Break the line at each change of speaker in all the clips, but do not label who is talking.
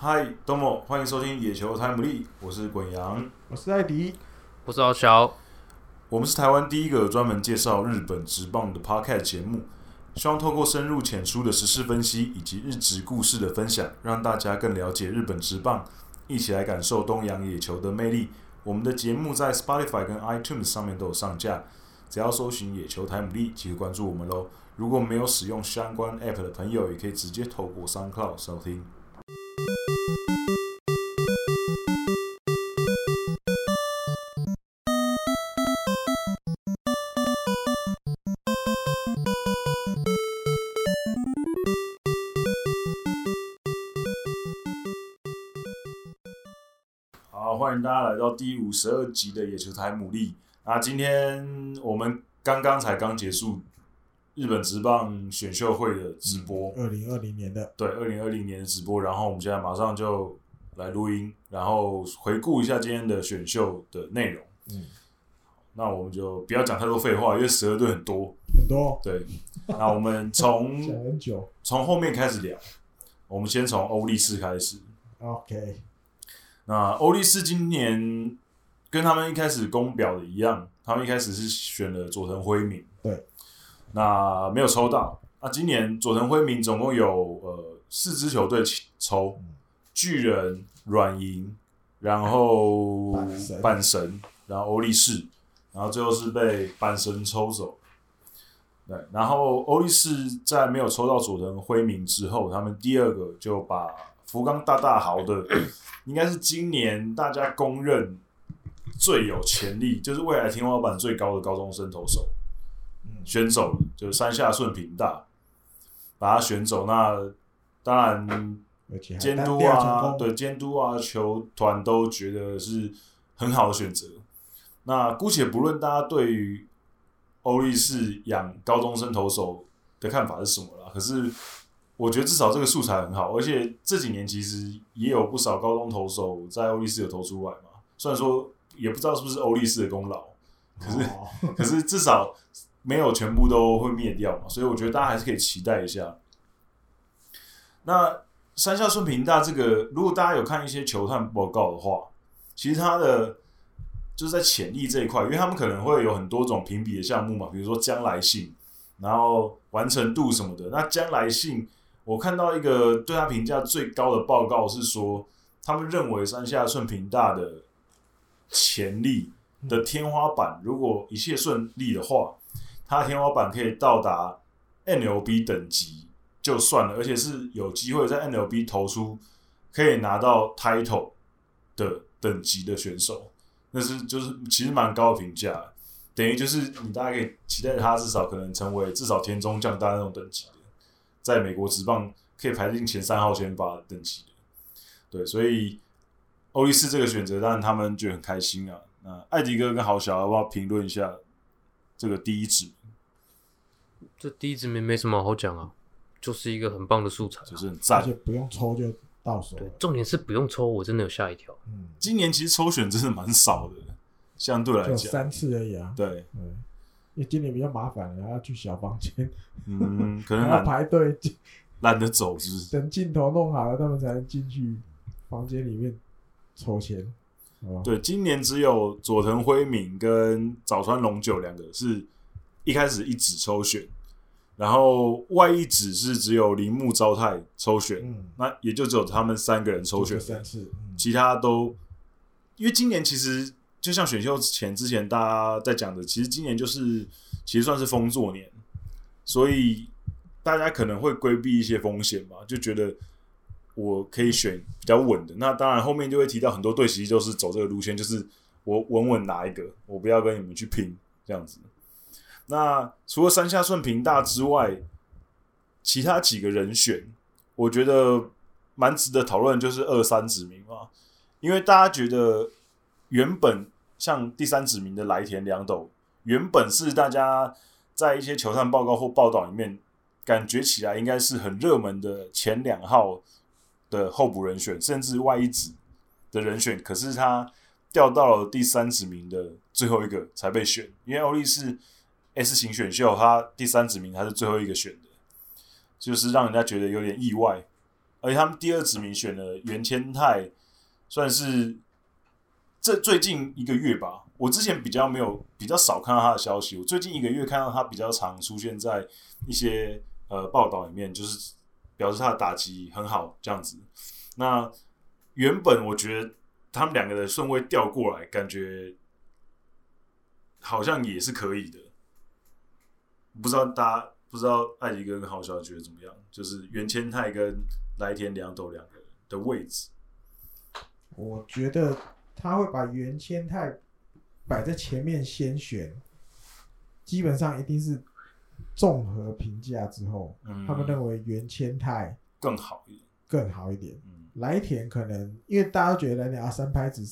嗨，どうも，欢迎收听野球台姆利，我是滚羊，
我是艾迪，
我是敖小。
我们是台湾第一个专门介绍日本职棒的 Podcast 节目，希望透过深入浅出的时事分析以及日职故事的分享，让大家更了解日本职棒，一起来感受东洋野球的魅力。我们的节目在 Spotify 跟 iTunes 上面都有上架，只要搜寻野球台姆利，即可关注我们咯。如果没有使用相关 App 的朋友，也可以直接透过 SoundCloud 收听。好，欢迎大家来到第52集的野球台姆利。那今天我们刚结束日本职棒选秀会的直播
2020年的，
对，2020年的直播。然后我们现在马上就来录音，然后回顾一下今天的选秀的内容。那我们就不要讲太多废话，因为12队很多。对，那我们从
讲很久。
从后面开始聊。我们先从欧力士开始。
OK。
那欧力士今年跟他们一开始公表的一样，他们一开始是选了佐藤辉明。
对。
那没有抽到。那今年佐藤辉明总共有4支球队抽，巨人、软银，然后阪神，然后欧力士，然后最后是被阪神抽走。对，然后欧力士在没有抽到佐藤辉明之后，他们第二个就把福冈大豪的，应该是今年大家公认最有潜力，就是未来天花板最高的高中生投手，选走了，就是山下顺平大，把他选走。那当然，监督啊，球团都觉得是很好的选择。那姑且不论大家对于欧力士养高中生投手的看法是什么啦，可是我觉得至少这个素材很好，而且这几年其实也有不少高中投手在欧力士有投出来嘛。虽然说也不知道是不是欧力士的功劳，可是至少没有全部都会灭掉嘛，所以我觉得大家还是可以期待一下。那山下顺平大这个，如果大家有看一些球探报告的话，其实他的就是在潜力这一块，因为他们可能会有很多种评比的项目嘛，比如说将来性，然后完成度什么的。那将来性，我看到一个对他评价最高的报告是说，他们认为山下顺平大的潜力的天花板，如果一切顺利的话，他的天花板可以到达 MLB 等级就算了，而且是有机会在 MLB 投出可以拿到 title 的等级的选手。那是就是其实蛮高的评价，等于就是你大概可以期待他至少可能成为至少田中将大那种等级的，在美国职棒可以排进前3号先发等级的。对，所以欧力士这个选择，当然他们就很开心啊。那艾迪哥跟豪小要不要评论一下这个第一指名？
这第一指名没什么好讲啊，就是一个很棒的素材，
就是很赞，
而且不用抽就到手了。
对，重点是不用抽，我真的有吓一跳。
今年其实抽选真的蛮少的，相对来讲
就3次而已啊。
对，
因为今年比较麻烦了，要去小房间，
可能
要排队，
懒得走，是不是？
等镜头弄好了，他们才能进去房间里面抽签。
对，今年只有佐藤辉明跟早川龙九2个是一开始一指抽选，然后外一指是只有铃木昭太抽选，那也就只有他们3个人抽选
3次，
其他都因为今年其实就像选秀之前大家在讲的，其实今年其实算是丰作年，所以大家可能会规避一些风险吧，就觉得我可以选比较稳的。那当然后面就会提到很多队其实就是走这个路线，就是我稳稳拿一个，我不要跟你们去拼这样子。那除了山下顺平大之外，其他几个人选，我觉得蛮值得讨论，就是2、3指名嘛。因为大家觉得原本像第3指名的来田良斗，原本是大家在一些球探报告或报道里面感觉起来应该是很热门的前2号的候补人选，甚至外一指的人选，可是他掉到了第3指名的最后一个才被选，因为欧力士 S 型选秀，他第3指名他是最后一个选的，就是让人家觉得有点意外。 而且他们第2指名选了袁千泰，算是这最近1个月吧。我之前比较少看到他的消息，我最近1个月看到他比较常出现在一些报道里面，就是表示他的打击很好这样子。那原本我觉得他们2个的顺位调过来，感觉好像也是可以的。不知道艾迪哥跟郝小觉得怎么样？就是袁千泰跟来田良斗2个人的位置，
我觉得他会把袁千泰摆在前面先选，基本上一定是综合评价之后，他们认为袁千泰
更好一点。
来田可能因为大家都觉得来田3拍子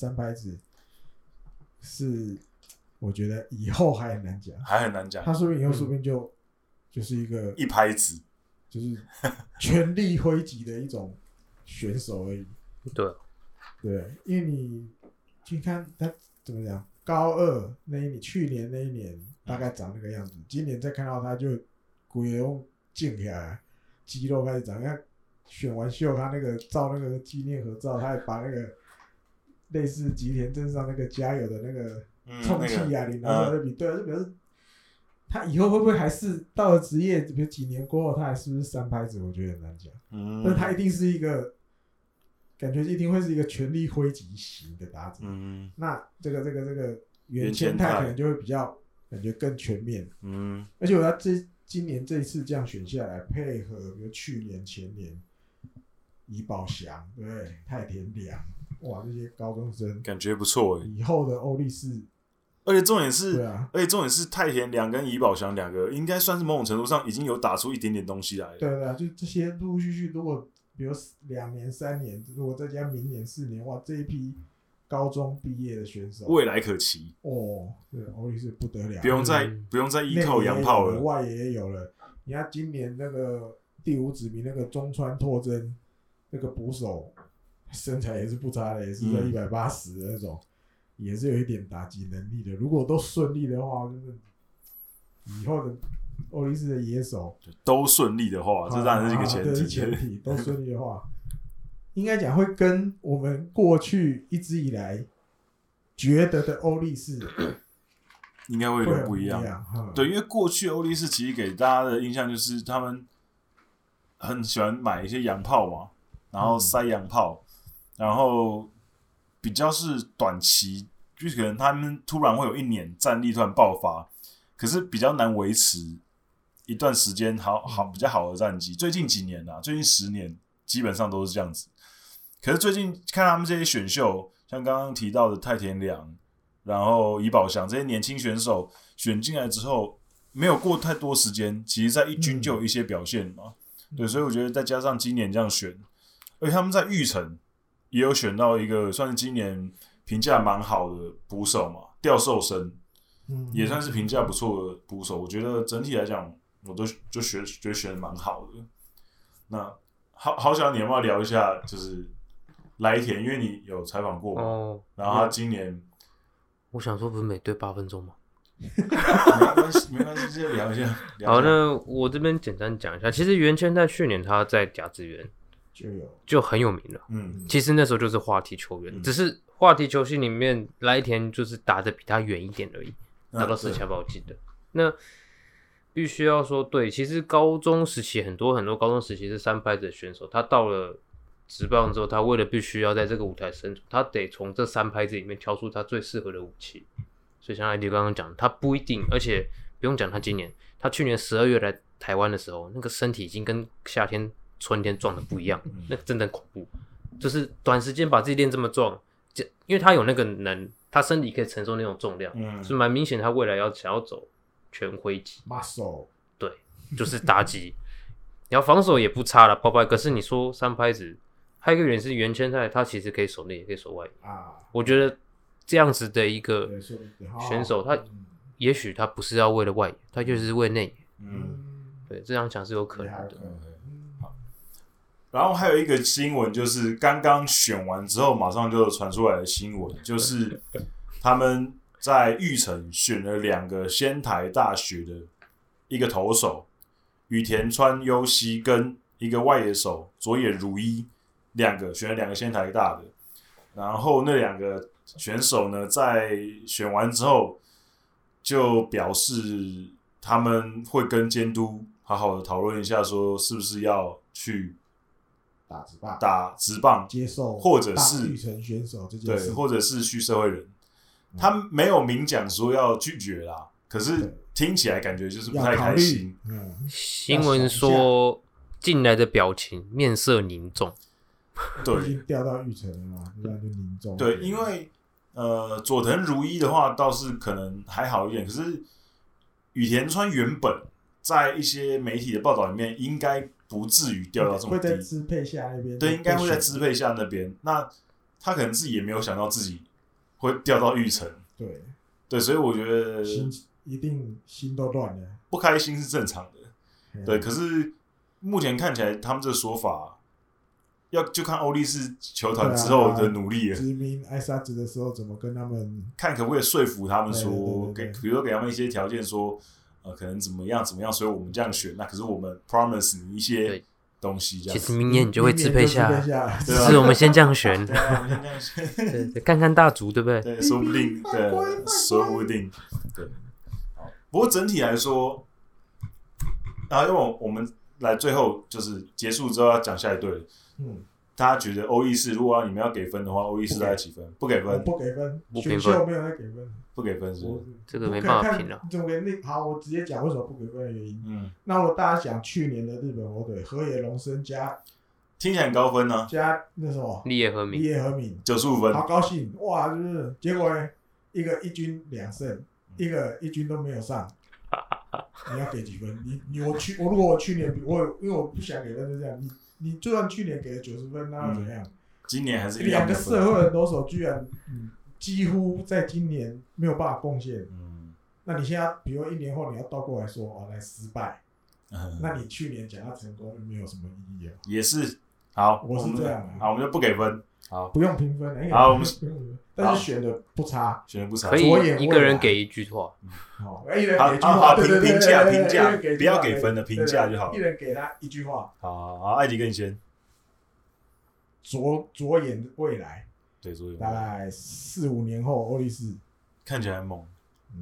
是，我觉得以后还很难讲，他说不定以后说不定就是一拍子，就是全力挥击的一种选手而已。对，因为你去看他怎么讲，高2去年那一年大概长那个样子，今年再看到他就骨用静起来，肌肉开始长。看选完秀，他那个照那个纪念合照，他还把那个类似吉田镇上那个加油的那个充气哑铃拿出来比，对，就表示他以后会不会还是到了职业，比如几年过后，他还是不是3拍子，我觉得很难讲。但是他一定是一个。感觉一定会是一个全力挥击型的打者，那这个袁千泰可能就会比较感觉更全面，而且我要今年这一次这样选下来，配合比如去年前年怡保翔，对不对？太田良，哇，这些高中生
感觉不错
以后的欧力士，
而且重点是太田良跟怡保翔2个应该算是某种程度上已经有打出一点点东西来了。
对啊，就这些陆陆续续，如果比如2年3年，如果再加明年4年，哇，这一批高中毕业的选手
未来可期
哦。对，欧力士不得了，
不用再依靠洋炮了，
外野也有了。你看今年那个第5指名那个中川拓真那个捕手，身材也是不差的，也是在180的那种，也是有一点打击能力的。如果都顺利的话，就是以后的欧力士的野手
都顺利的话，这当然是一个前提。
前提都顺利的话，应该讲会跟我们过去一直以来觉得的欧力士
应该会有点不一样。对，因为过去欧力士其实给大家的印象就是他们很喜欢买一些洋炮嘛，然后塞洋炮，然后比较是短期，就是可能他们突然会有1年战力突然爆发，可是比较难维持一段时间比较好的战绩。最近几年啊，最近10年基本上都是这样子。可是最近看他们这些选秀，像刚刚提到的太田良，然后怡保翔这些年轻选手选进来之后，没有过太多时间，其实在一军就有一些表现嘛。对，所以我觉得再加上今年这样选，而且他们在育成也有选到一个算是今年评价蛮好的捕手嘛，吊寿生，也算是评价不错的捕手。我觉得整体来讲，我都就觉得选的蛮好的。那好想你要不要聊一下，就是来田，因为你有采访过嘛，然后他今年，
我想说不是每队8分钟吗？
没关系，就聊一下。
好，那我这边简单讲一下，其实袁千泰去年他在甲子园就很有名了，其实那时候就是话题球员，只是话题球星里面来田就是打得比他远一点而已，打到4强吧，我记得。那必须要说，对，其实高中时期很多高中时期是3拍子的选手，他到了职棒之后，他为了必须要在这个舞台生存，他得从这3拍子里面挑出他最适合的武器。所以像艾迪刚刚讲，他不一定，而且不用讲他今年，他去年12月来台湾的时候，那个身体已经跟夏天、春天壮的不一样，那真的很恐怖。就是短时间把自己练这么壮，因为他有那个他身体可以承受那种重量，是蛮明显他未来想要走全挥击
muscle，
对，就是打击，然后防守也不差了，可是你说3拍子，还有一个原因是袁千泰，他其实可以守内也可以守外啊，我觉得。这样子的一个选手，他也许他不是要为了外野，他就是为内野。对，这样讲是有可能的。
好，然后还有一个新闻，就是刚刚选完之后，马上就传出来的新闻，就是他们在育成选了2个仙台大学的一个投手羽田川优希跟一个外野手佐野如一，选了2个先台大的，然后那2个选手呢，在选完之后就表示他们会跟监督好好的讨论一下，说是不是要去打职棒，
接受
或者是
育成选手这件事，
对，或者是去社会人。他没有明讲说要拒绝啦，可是听起来感觉就是不太开心。
新闻说进来的表情面色凝重，
对，
已经掉到育成了嘛，不然就凝重。
对，因为佐藤如一的话倒是可能还好一点，可是羽田川原本在一些媒体的报道里面应该不至于掉到这么低，
会在支配下那边，
对，应该会在支配下那边。那他可能自己也没有想到自己会掉到育成，对，所以我觉得
一定心都乱了，
不开心是正常的，对。可是目前看起来，他们这个说法就看欧力士球团之后的努力了。
殖民挨沙子的时候，怎么跟他们
看可不可以说服他们说，
对
比如说给他们一些条件说，可能怎么样，所以我们这样选。那可是我们 promise 你一些东西，这样。
其实明年你就会支配下，只是我们先这样选。
对，我们先这样选。
对，看看大竹，对不对？
对，说不定，对，说不定，对。不过整体来说，然后因为我们来最后就是结束之后要讲下一队了。大家觉得欧力士如果你们要给分的话，欧力士大概几分？不给分，
不给分，
不评分，
选秀没有在给分，
不给分是
这个没办法评了。
怎么给？好，我直接讲为什么不给分的原因。那我大家想去年的日本火腿河野龙生加，
听起来很高分呢，
加那什么
立野和敏
95分，
好高兴哇！就是结果呢，一个1军2胜，一个1军都没有上。你要给几分？我如果我去年因为我不想给分，就这样。你就算去年给了90分，那又怎样？
今年还是
2个社会人投手居然几乎在今年没有办法贡献。那你现在比如1年后你要倒过来说来失败，那你去年讲他成功没有什么意义啊。
也是，好，
我是这样
好，我们就不给分，好，
不用评分。
好，我们
但是选的不差，
可以一个人给一句话。
好，一人给一句
话，
评
价，不要给分的评价就好。
一人给他一句话。
好，艾迪跟你先。
左眼未来，
对，左眼
大概4-5年后，欧力士
看起来很猛。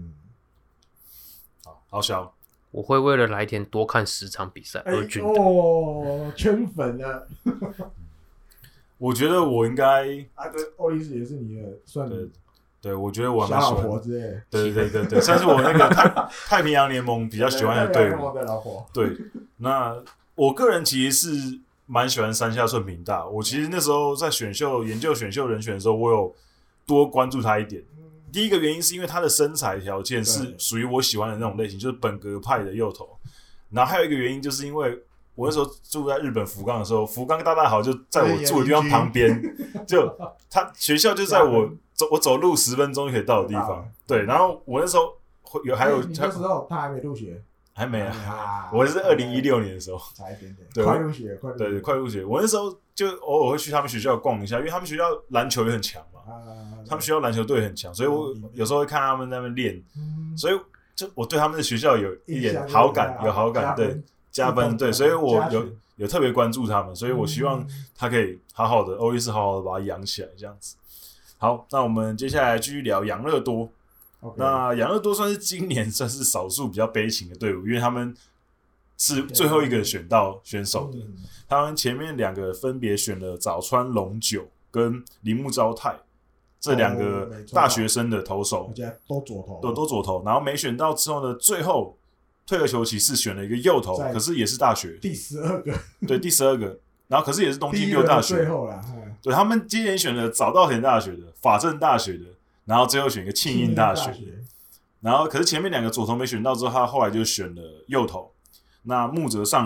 好小，
我会为了来田多看10场比赛而军
圈粉了。
我觉得我应该
对，欧力士也是你的算
对，我觉得我
小老婆之类，
对，算是我那个太平洋联盟比较喜欢的队伍。对，那我个人其实是蛮喜欢山下顺平大。我其实那时候在研究选秀人选的时候，我有多关注他一点。第一个原因是因为他的身材条件是属于我喜欢的那种类型，就是本格派的右投。然后还有一个原因，就是因为我那时候住在日本福冈的时候，福冈大大好就在我住的地方旁边，就他学校就在我走路10分钟就可以到的地方。对，然后我那时候还有
你那时候他还没入学，
还没啊，我是2016年的时候，
差一点点，
对，
快入学，
对，快入学。我那时候就偶尔会去他们学校逛一下，因为他们学校篮球也很强嘛，他们学校篮球队很强，所以我有时候会看他们在那边练，所以就我对他们的学校有一点好感，对，加分，对，所以我有特别关注他们，所以我希望他可以好好的欧力士好好的把它养起来，这样子。好，那我们接下来继续聊养乐多。那养乐多算是今年算是少数比较悲情的队伍，因为他们是最后一个选到选手的。他们前面2个分别选了早川龙九跟铃木昭太这2个大学生的投手，
都
左投，然后没选到之后呢，最后退而求其次选了一个右投，可是也是大学
第12个，
对，第12个，然后可是也是东京六大学，
最后啦，
对，他们今年选了早稻田大学的、法政大学的。然后最后选一个庆应大学，然后可是前面2个左投没选到之后，他后来就选了右投。那木泽尚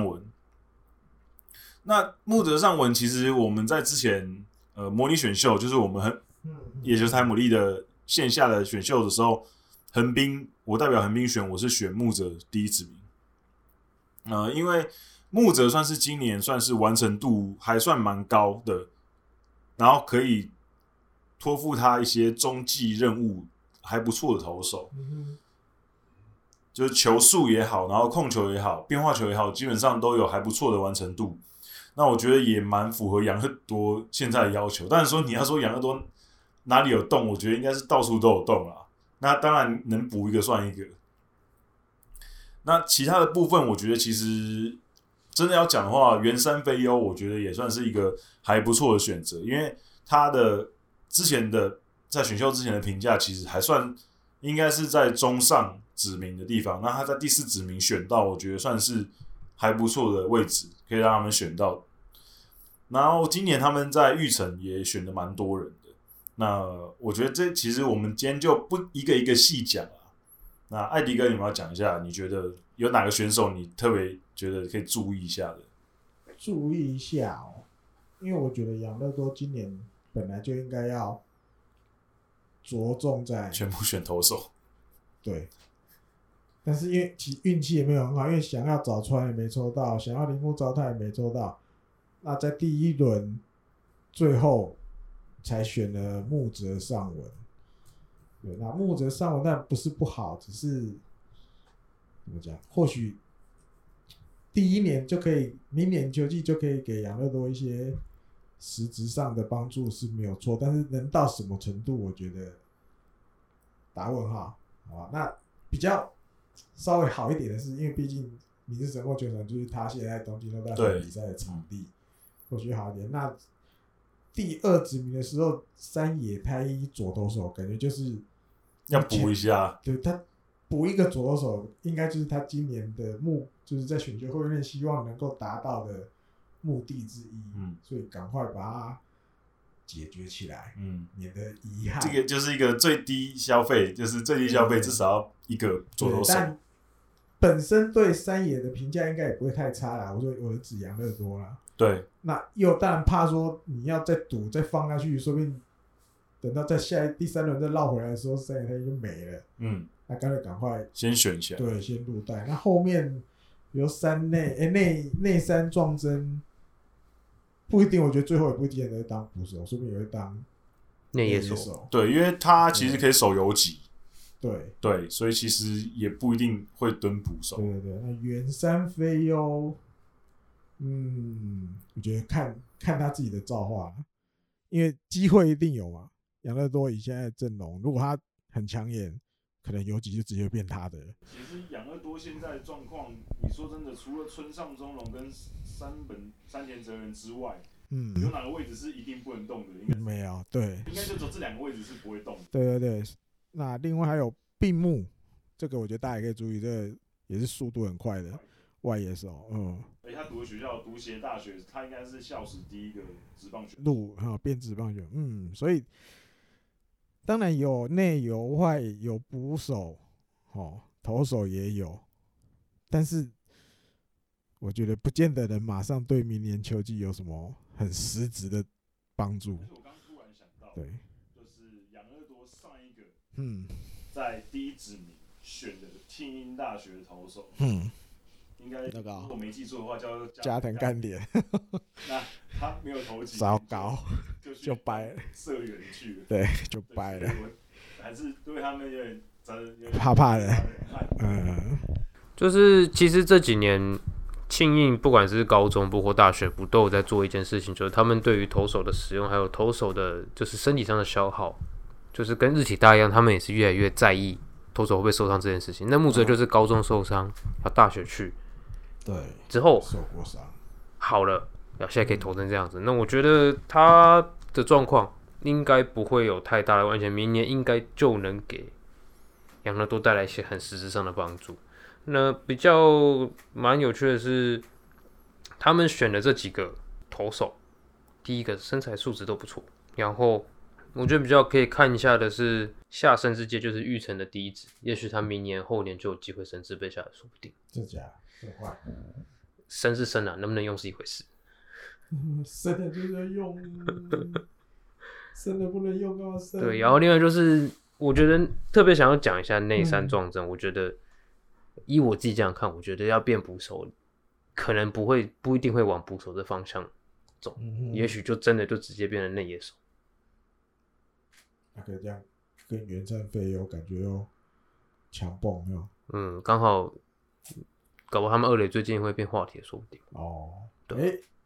文，其实我们在之前模拟选秀，就是我们也就是台姆利的线下的选秀的时候，我代表横滨选，我是选木泽第一指名。因为木泽算是今年算是完成度还算蛮高的，然后可以托付他一些中继任务还不错的投手，就是球速也好，然后控球也好，变化球也好，基本上都有还不错的完成度。 那我觉得也蛮符合养乐多现在的要求。但是说你要说养乐多哪里有洞，我觉得应该是到处都有洞啦。那当然能补一个算一个。那其他的部分，我觉得其实真的要讲的话，圆山飞优我觉得也算是一个还不错的选择，因为他的之前的在选秀之前的评价其实还算应该是在中上指名的地方，那他在第4指名选到，我觉得算是还不错的位置，可以让他们选到。然后今年他们在育成也选的蛮多人的，那我觉得这其实我们今天就不一个一个细讲了。那艾迪哥，你们要讲一下，你觉得有哪个选手你特别觉得可以注意一下的？
注意一下哦，因为我觉得养乐多今年本来就应该要着重在
全部选投手，
对。但是因为其运气也没有很好，因为想要早川也没抽到，想要铃木昭太也没抽到，那在第1轮最后才选了木泽尚文。对，那木泽尚文但不是不好，只是怎么讲？或许第1年就可以，明年球季就可以给养乐多一些实质上的帮助是没有错，但是能到什么程度，我觉得打问号，好吧？那比较稍微好一点的是，因为毕竟明治神户球场就是他现在东京都大学比赛的场地，或许好一点。那第2指名的时候，山野太一左投手，感觉就是
要补一下。
对，他补一个左投手，应该就是他今年的就是在选秀会里面希望能够达到的目的之一。所以赶快把它解决起来，免得遗憾。
这个就是一个最低消费，就是最低消费至少要一个左投手。
但本身对山野的评价应该也不会太差啦。我的指养乐多啦。
对，
那又当然怕说你要再赌再放下去，说不定等到在第3轮再绕回来的时候，山野太就没了。那干脆赶快
先选起来，
对，先入袋。那后面比如内山壮真不一定，我觉得最后也不一定能当捕手，说不定也会当
内野手。
对，因为他其实可以守游击。
对，
所以其实也不一定会蹲捕手。
对，那圆山飞优。我觉得看他自己的造化，因为机会一定有嘛。养乐多以现在的阵容，如果他很抢眼，可能游击就直接变他的了。
其实养乐多现在的状况，你说真的，除了村上中龙跟山田哲人之外，有哪个位置是一定不能动的？应该
没有，对，
应该就只有这2个位置是不会动的。
对，那另外还有并木，这个我觉得大家也可以注意，这个也是速度很快的外野手，
他读的学校读协大学，他应该是校史第1个职棒选
手，变职棒选手，所以当然有内有外，有捕手，投手也有，但是我觉得不见得能马上对明年球季有什么很实质的帮助。
我刚突然想到，
对，
就是养乐多上一个，在第1指名选的庆应大学投手，应该如果我没记错的话，叫
加藤干典。
那他没有投几，
糟糕，就掰了，
社员去了，
对，就掰了。
还是对他们有点
怕的，
就是其实这几年庆应不管是高中部或大学部都有在做一件事情，就是他们对于投手的使用，还有投手的就是身体上的消耗，就是跟日体大一样，他们也是越来越在意投手会不会受伤这件事情。那木泽就是高中受伤，要大学去。
对，
之后
受过伤，
好了，现在可以投成这样子。那我觉得他的状况应该不会有太大的问题，明年应该就能给养乐多带来一些很实质上的帮助。那比较蛮有趣的是，他们选的这几个投手，第一个身材素质都不错，然后我觉得比较可以看一下的是下升之界，就是育成的第1指，也许他明年后年就有机会升至被下来，说不定。
真假？
升是升啊，能不能用是一回事。
升的就要用，升的不能用干嘛升？
对，然后另外就是，我觉得特别想要讲一下内山壮真，我觉得依我自己这样看，我觉得要变捕手，可能不一定会往捕手的方向走，也许就真的就直接变成内野手。
那个这样跟原山飞有感觉又强蹦
刚好。搞不好他们2垒最近会变话题，说不定。
对，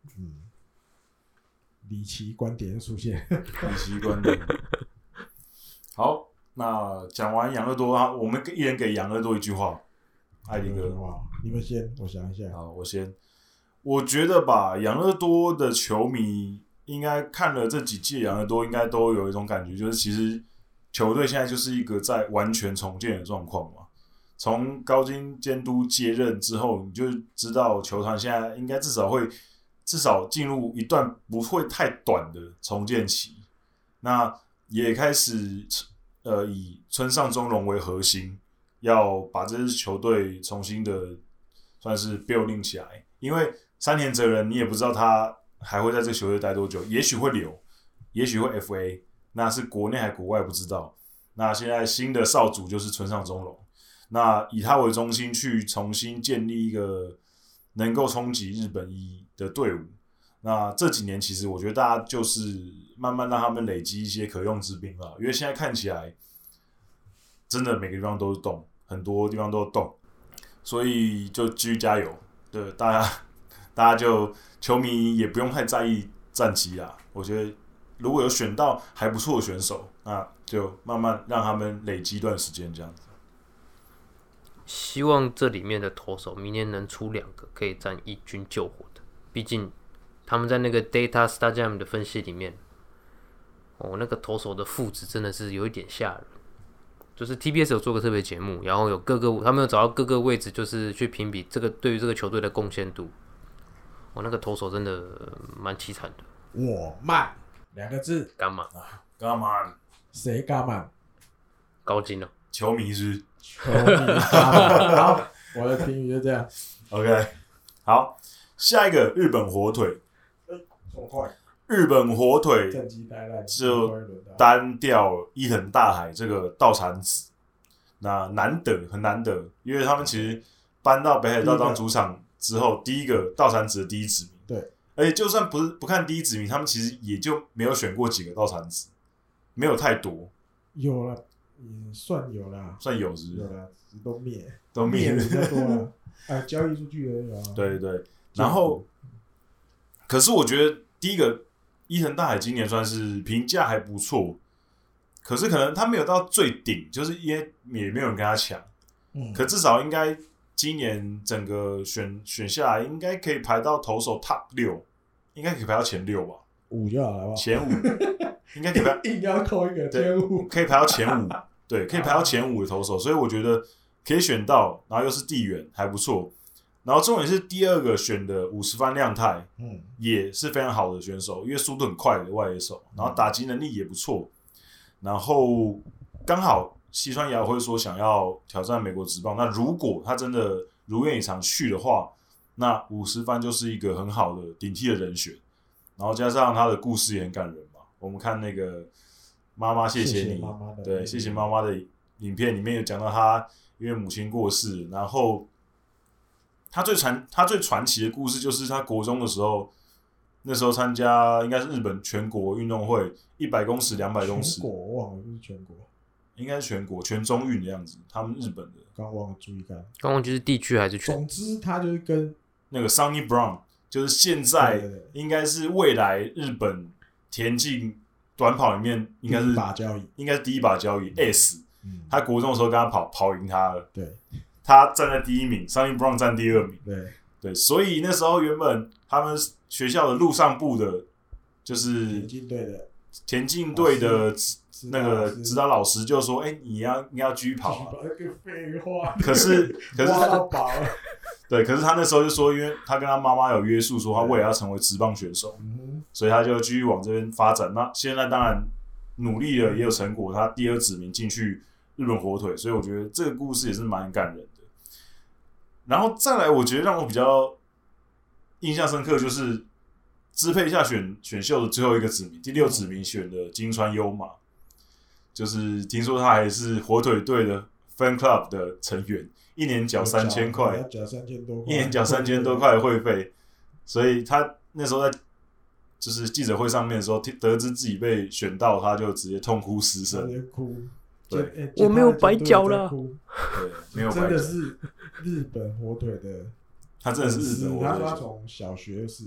李奇观点出现，
李奇观点。好，那讲完养乐多啊，我们一人给养乐多一句话。艾迪哥，
你们先，我想一下。
好，我先。我觉得吧，养乐多的球迷应该看了这几届养乐多，应该都有一种感觉，就是其实球队现在就是一个在完全重建的状况嘛。从高津监督接任之后，你就知道球团现在应该至少进入一段不会太短的重建期。那也开始以村上中龙为核心，要把这支球队重新的算是 building 起来。因为山田哲人你也不知道他还会在这个球队待多久，也许会留，也许会 FA， 那是国内还国外不知道。那现在新的少主就是村上中龙，那以他为中心去重新建立一个能够冲击日本一的队伍。那这几年其实我觉得大家就是慢慢让他们累积一些可用之兵啦，因为现在看起来真的每个地方都是洞，很多地方都是洞，所以就继续加油。对，大家就球迷也不用太在意战绩啦。我觉得如果有选到还不错的选手，那就慢慢让他们累积一段时间这样子。
希望这里面的投手明年能出2个可以站一军救火的，毕竟他们在那个 Data Stadium 的分析里面，那个投手的负值真的是有一点吓人。就是 TBS 有做个特别节目，然后有他们有找到各个位置，就是去评比这个对于这个球队的贡献度。那个投手真的蛮凄惨的。
我慢2个字，
干嘛？
干嘛？
谁干嘛？
高津哦，
球迷是
球迷好，我的评语就这样。
OK， 好，下一个日本火腿。
这么快。
日本火腿就单调伊藤大海这个稻产子，那很难得，因为他们其实搬到北海道当主场之后，第一个稻产子的第一指名，
对，
而且就算不看第一指名，他们其实也就没有选过几个稻产子，没有太多，
有了，算有啦，
算有是不是？
有啦，都灭
比
较多了，交易出去而已啊。
对对，然后，可是我觉得第一个。伊藤大海今年算是评价还不错，可是可能他没有到最顶，就是因为也没有人跟他抢，可至少应该今年整个选下来，应该可以排到投手 Top 6，应该可以排到前6吧
，5就好了吧？
前5应该可以排，
硬要扣一个前5，
可以排到前5，对，可以排到前5的投手，所以我觉得可以选到，然后又是地缘还不错。然后重点是第2个选的50番亮太，也是非常好的选手，因为速度很快的外野手，然后打击能力也不错。然后刚好西川遥辉说想要挑战美国职棒，那如果他真的如愿以偿去的话，那50番就是一个很好的顶替的人选。然后加上他的故事也很感人嘛，我们看那个妈妈谢谢你，对，谢谢妈妈的影片里面有讲到他因为母亲过世，然后。他最传奇的故事就是他国中的时候，那时候参加应该是日本全国运动会100公尺、200公尺。
全国我忘了，就是全国，
应该是全国全中运的样子。他们日本的，
刚忘了注意看，
刚忘记是地区还是全。
总之，他就是跟
那个 Sonny Brown， 就是现在应该是未来日本田径短跑里面应该是第一把交椅 S。他国中的时候跟他跑赢他了。
对。
他站在第1名 ，Sonny Brown 站第2名。
对，
所以那时候原本他们学校的陆上部的，就是田径队的那个指导老师就说：“你要继续跑啊。”
废话。
可是对，可是他那时候就说，因为他跟他妈妈有约束，说他未来要成为职棒选手，所以他就继续往这边发展。那现在当然努力了，也有成果，他第2指名进去日本火腿，所以我觉得这个故事也是蛮感人的。然后再来，我觉得让我比较印象深刻就是支配下选秀的最后一个指名，第6指名选的金川优马，就是听说他还是火腿队的 fan club 的成员，一年缴3000块，一年缴3000多块的会费，所以他那时候在就是记者会上面的时候，得知自己被选到，他就直接痛哭失声，
直接哭。
对，
我没有白缴了。
对，没有白缴。
真的是日本火腿的，
他真的是日本火腿。
他说他从小学就是，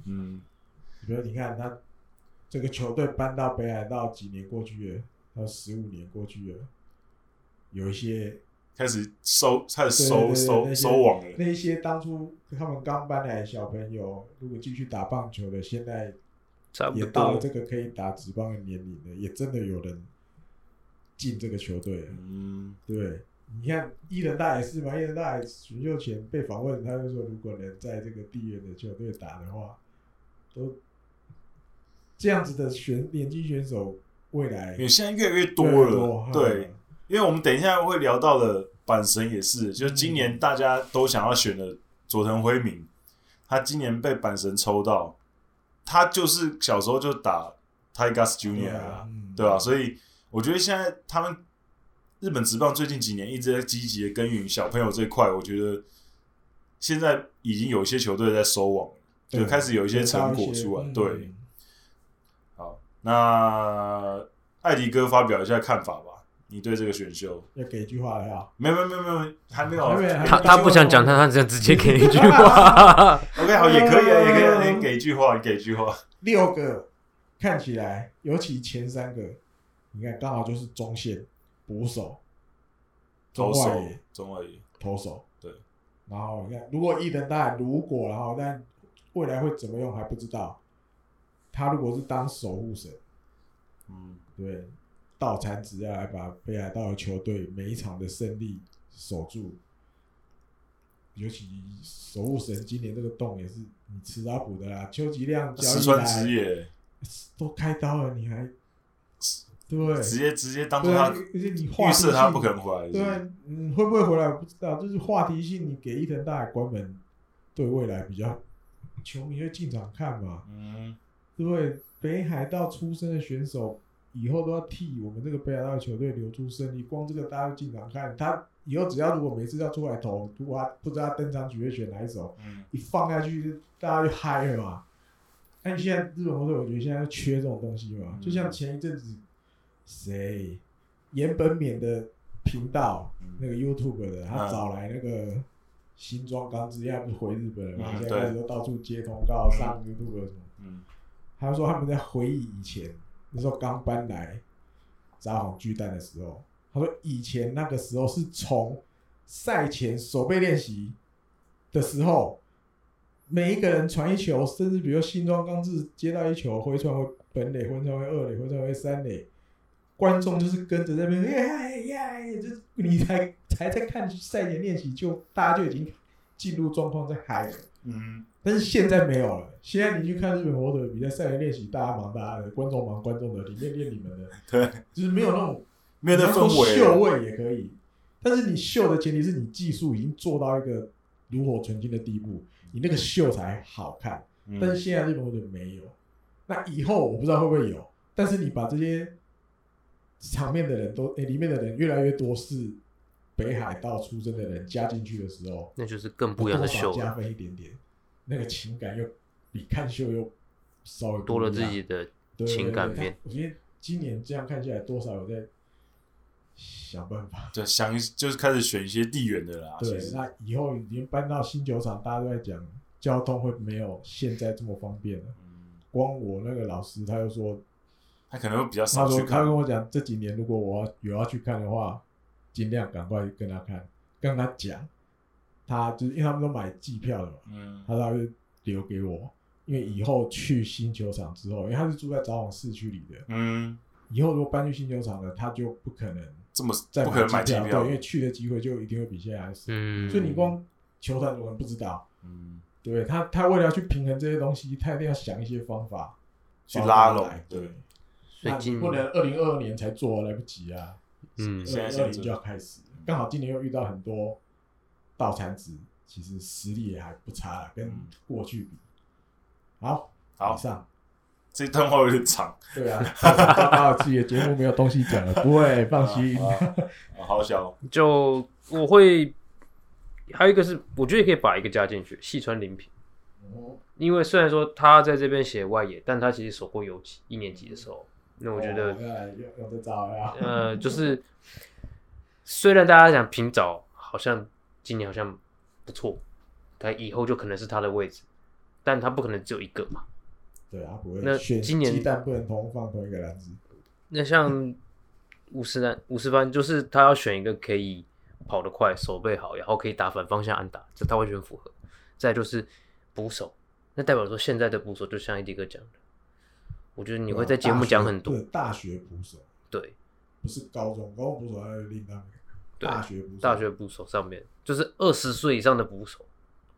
比如你看他这个球队搬到北海道几年过去了，到15年过去了，有一些
开始收网了。
那些当初他们刚搬来的小朋友，如果继续打棒球的，现在也到了这个可以打职棒的年龄了，也真的有人进这个球队了。对，你看伊人大也是嘛，伊人大选秀前被访问，他就说如果能在这个地缘的球队打的话，都这样子的年轻选手，未来
现在越来越多了。对，因为我们等一下会聊到的阪神也是，就是今年大家都想要选的佐藤辉明，他今年被阪神抽到，他就是小时候就打 Tigers Junior 啊，对吧？所以我觉得现在他们日本职棒最近几年一直在积极的耕耘小朋友这一块，我觉得现在已经有一些球队在收网了，就开始有一些成果出来。对，好，那艾迪哥发表一下看法吧。你对这个选秀
要给一句话呀？
没有，还没有。
他不想讲他直接给一句话。
OK， 好，也可以啊，也可以，你给一句话
6个看起来，尤其前3个，你看刚好就是中线、捕手、中外野、投手。
对。
然后你看，如果伊藤大海然后但未来会怎么用还不知道。他如果是当守护神，对。道产子要来把北海道的球队每一场的胜利守住，尤其守护神今年这个洞也是你迟早补的啦。邱吉亮交易来都开刀了，你还对
直接当作他预设他不可能回来，
对，会不会回来我不知道。就是话题性，你给伊藤大海关门，对未来比较球迷会进场看嘛。对，北海道出身的选手。以后都要替我们这个北海道球队留出胜利，光这个大家就进场看他以后只要如果每次要出来投，如果他不知道他登场曲会选哪一首，一放下去大家就嗨了嘛。但现在日本火腿我觉得现在缺这种东西嘛，就像前一阵子岩本勉的频道那个 YouTube 的，他找来那个新庄刚之，因为他不是回日本了嘛，现在开始都到处接通告上 YouTube 什么，他说他们在回忆以前。那时候刚搬来札幌巨蛋的时候，他说以前那个时候是从赛前守备练习的时候，每一个人传一球，甚至比如新庄刚志接到一球，回传回本垒，回传回二垒，回传回三垒，观众就是跟着那边就是你才在看赛前练习，就大家就已经进入状况在嗨了。但是现在没有了。现在你去看日本火腿比赛，赛前练习，大家忙大家的，观众忙观众的，里面练你们的，
对，
就是没有那种
没有那氛围，
秀味也可以。但是你秀的前提是你技术已经做到一个炉火纯青的地步，你那个秀才好看。但是现在日本火腿没有，那以后我不知道会不会有。但是你把这些场面的人都里面的人越来越多是北海道出身的人加进去的时候，
那就是更不一样的秀，
加分一点点，那个情感又比看秀又稍微
多了自己的情感面。
我觉得今年这样看下来，多少有在想办法，
对，就是开始选一些地缘的啦。
对，那以后已经搬到新球场，大家都在讲交通会没有现在这么方便了。光我那个老师他又说，
他可能会比较少去看。
他跟我讲，这几年如果我有要去看的话，尽量赶快跟他看，跟他讲。他就是因为他们都买季票了嘛，他会留给我，因为以后去新球场之后，因为他是住在札幌市区里的，以后如果搬去新球场了，他就不可能
这么
再
买机票，
对，因为去的机会就一定会比现在还少。所以你光球团有人不知道，对他为了要去平衡这些东西，他一定要想一些方法
去拉拢，
对。那你不能2022年才做，来不及啊。2020就要开始，刚好今年又遇到很多道产子，其实实力也还不差啦，跟过去比。好，以上。
这段话有点长。
对啊，到自己的节目没有东西讲了，不会，放心。
好小。
就我会，还有一个是，我觉得可以把一个加进去，细川凛平。因为虽然说他在这边写外野，但他其实守过游击，1年级的时候。那我觉得，
有的找呀。
就是虽然大家讲平沼好像今年好像不错，但以后就可能是他的位置。 但他不可能只有一个嘛。
对啊，不会。
那今年
鸡蛋不能放同一个篮子。
那像50番，就是他要选一个可以跑得快、手背好，然后可以打反方向安打，这他完全符合。再来就是捕手，那代表说现在的捕手就像AD哥讲的，我觉得你会在节目讲很多。
对，大学捕手。
对，
不是高中捕手还有另外
大学捕手上面就是20岁以上的捕手。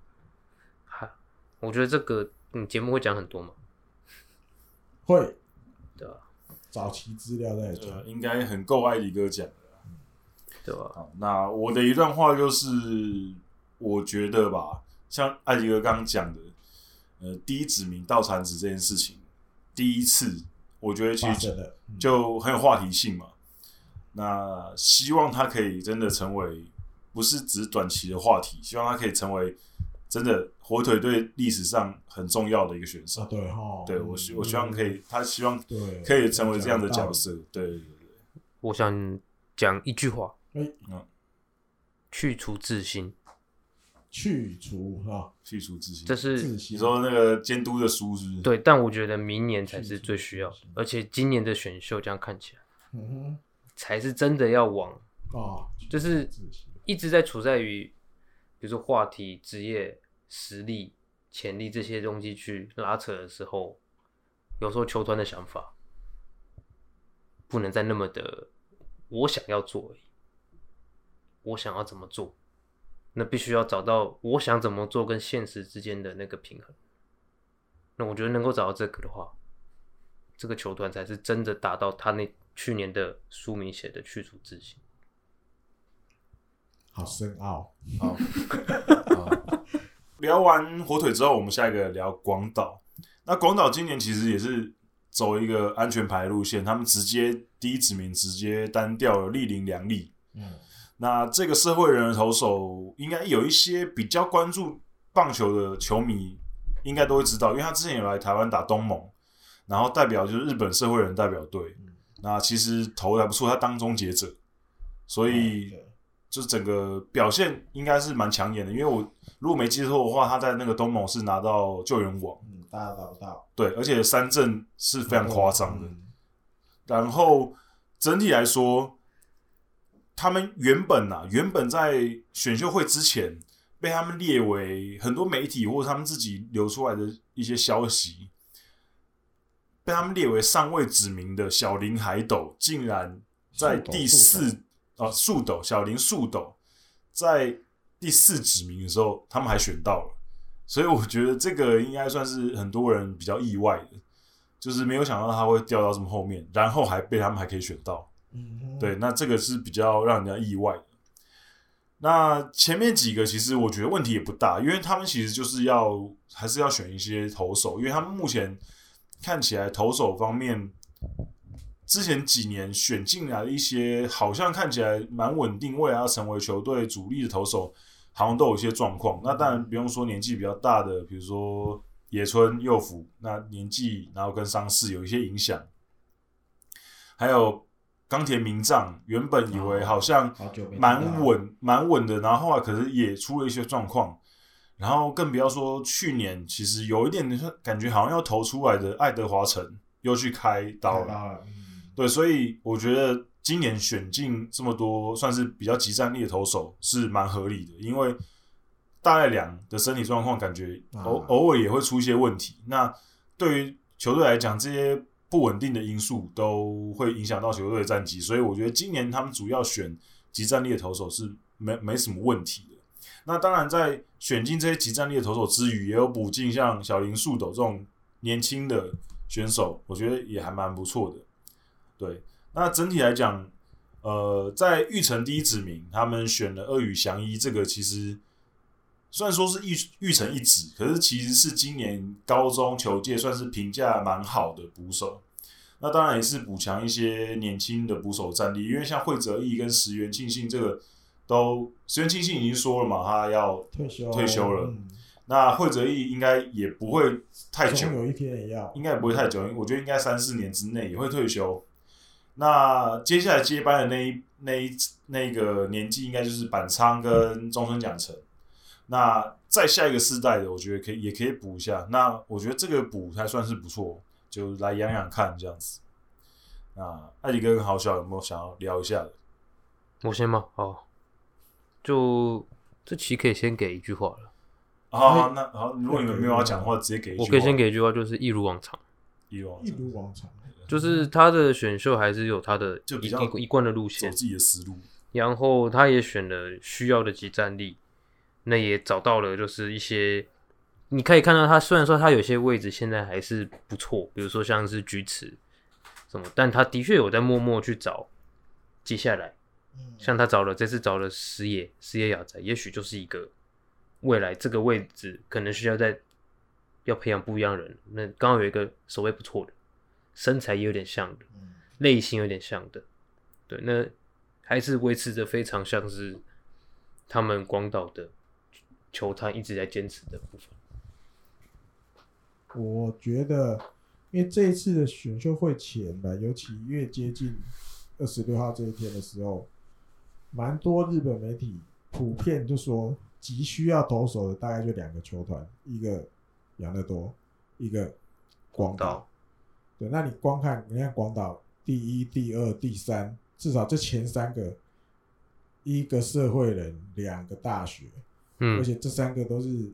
我觉得这个节目会讲很多吗？
会，
对吧？
早期资料在
讲，应该很够艾迪哥讲的，
对吧？
好，那我的一段话就是，我觉得吧，像艾迪哥刚刚讲的，第一指名倒铲子这件事情，第一次，我觉得其实就很有话题性嘛。那希望他可以真的成为，不是只是短期的话题，希望他可以成为真的火腿队历史上很重要的一个选手。对，我希望可以，他希望可以成为这样的角色。对。
我想讲一句话，去除自信。
去除
自信，
这是
你说那个监督的书是不是？
对，但我觉得明年才是最需要的，而且今年的选秀这样看起来，才是真的要往就是一直在处在于，比如说话题、职业、实力、潜力这些东西去拉扯的时候，有时候球团的想法不能再那么的我想要做而已，我想要怎么做。那必须要找到我想怎么做跟现实之间的那个平衡。那我觉得能够找到这个的话，这个球团才是真的达到他去年的书名写的去除自信。
好深奥。
好，聊完火腿之后，我们下一个聊广岛。那广岛今年其实也是走一个安全牌路线，他们直接第一指名直接单调了栗林良利。那这个社会人的投手，应该有一些比较关注棒球的球迷，应该都会知道，因为他之前有来台湾打东盟，然后代表就是日本社会人代表队。那其实投的还不错，他当终结者，所以就是整个表现应该是蛮抢眼的。因为我如果没记错的话，他在那个东盟是拿到救援王，
大家打不到。
对，而且3振是非常夸张的。然后整体来说，他们原本在选秀会之前被他们列为很多媒体或者他们自己流出来的一些消息，被他们列为尚未指名的小林海斗，竟然在第4小林树斗在第4指名的时候，他们还选到了，所以我觉得这个应该算是很多人比较意外的，就是没有想到他会掉到这么后面，然后被他们还可以选到。对，那这个是比较让人家意外的。那前面几个其实我觉得问题也不大，因为他们其实就是还是要选一些投手，因为他们目前看起来投手方面，之前几年选进来的一些好像看起来蛮稳定，未来要成为球队主力的投手，好像都有一些状况。那当然不用说年纪比较大的，比如说野村佑辅，那年纪然后跟伤势有一些影响，还有冈田明藏，原本以为好像蛮稳的，然后后来可是也出了一些状况，然后更不要说去年其实有一点感觉好像要投出来的爱德华城又去开刀了，对，所以我觉得今年选进这么多算是比较极战力的投手是蛮合理的，因为大概2的身体状况感觉偶尔也会出一些问题，那对于球队来讲这些不稳定的因素都会影响到球队的战绩，所以我觉得今年他们主要选极战力的投手是没什么问题的。那当然在选进这些极战力的投手之余，也有补进像小林树斗这种年轻的选手，我觉得也还蛮不错的。对，那整体来讲，在育成第一指名，他们选了二羽翔一，这个其实虽然说是育成一指，可是其实是今年高中球界算是评价蛮好的捕手。那当然也是补强一些年轻的捕手战力，因为像惠泽义跟石原庆信这个石原庆信已经说了嘛，他要退休了。那惠泽义应该也不会太久，
有一天也要，
应该也不会太久，我觉得应该3-4年之内也会退休。那接下来接班的那个年纪，应该就是板仓跟中村奖成。那再下一个世代的，我觉得也可以补一下。那我觉得这个补还算是不错，就来养养看这样子。那艾迪哥跟豪小有没有想要聊一下的？
我先吗？好，就这期可以先给一句话了。
那好，如果你们没有要讲话，直接给一句话。
我可以先给一句话，就是一如往常。
一如往常，
就是他的选秀还是有他的一贯的路线，
走自己的思路。
然后他也选了需要的即战力，那也找到了就是一些，你可以看到他虽然说他有些位置现在还是不错，比如说像是菊池什么，但他的确有在默默去找接下来，像他这次找了石野雅哉，也许就是一个未来这个位置可能需要培养不一样的人，那刚好有一个手位不错的，身材也有点像的，类型有点像的，对，那还是维持着非常像是他们广岛的球探一直在坚持的部分。
我觉得，因为这一次的选秀会前吧，尤其越接近26号这一天的时候，蛮多日本媒体普遍就说，急需要投手的大概就2个球团，一个养乐多，一个广岛。对，那你光看，你看广岛第1、第2、第3，至少这前3个，一个社会人，2个大学，而且这3个都是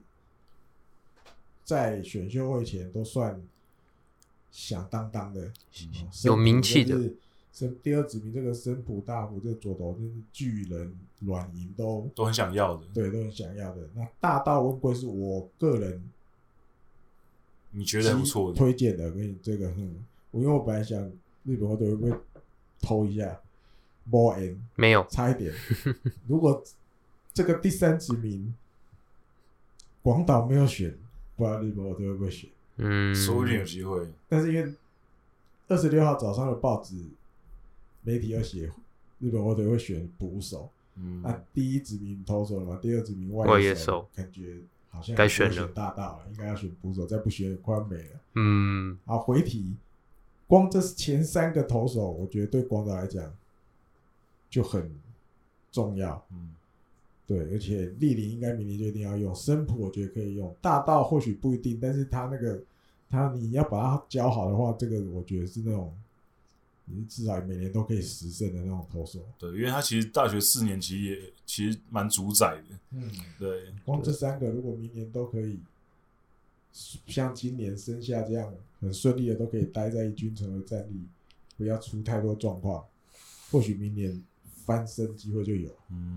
在选秀会前都算响当当的，
有名气的。
第2指名这个森浦大辅，这个左投就是巨人、软银都
很想要的，
对，都很想要的。那大道温贵是我个人
你觉得不错的
推荐的，跟你这个，因为我本来想日本火腿会不会偷一下 ，Ball N
没有，
差一点。如果这个第3指名广岛没有选，不知道日本火腿会不会选？
说不定有机会。
但是因为26号早上的报纸媒体要写日本火腿会选捕手，那第1指名投手了嘛，第2指名外野手，感觉好像该选大道了，应该要选捕手，再不选快要没了。好，回题，光这前3个投手，我觉得对广岛来讲就很重要。对，而且立林应该明年就一定要用，森浦我觉得可以用，大道或许不一定，但是他你要把它教好的话，这个我觉得是那种你至少每年都可以10胜的那种投手。
对，因为他其实大学4年其实蛮主宰的。对，
光这3个如果明年都可以像今年生下这样很顺利的都可以待在一军成为战力，不要出太多状况，或许明年翻身机会就有。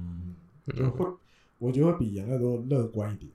我觉得会比养乐多乐观一点。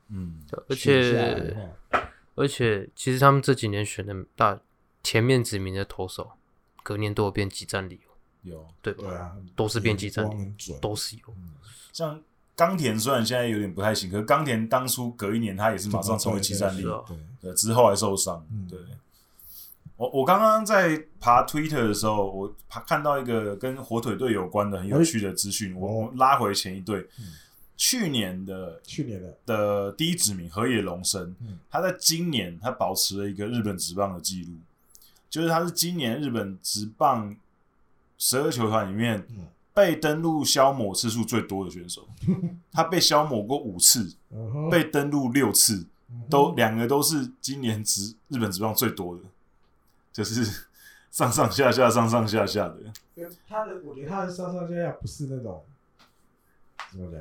而且其实他们这几年选的前面指名的投手，隔年都有变即战力，
有
对吧？都是变即战力，都是有。
像冈田虽然现在有点不太行，可是冈田当初隔1年他也是马上成为即战力，对，之后还受伤。对，我刚刚在爬 Twitter 的时候，我看到一个跟火腿队有关的很有趣的资讯，我拉回前一队。去年的第1指名河野龙生，他在今年他保持了一个日本职棒的记录，就是他是今年日本职棒12球团里面被登录消磨次数最多的选手。他被消磨过5次，被登录6次，2个都是今年日本职棒最多的，就是上上下下的。
我觉得他的上上下下不是那种怎么讲。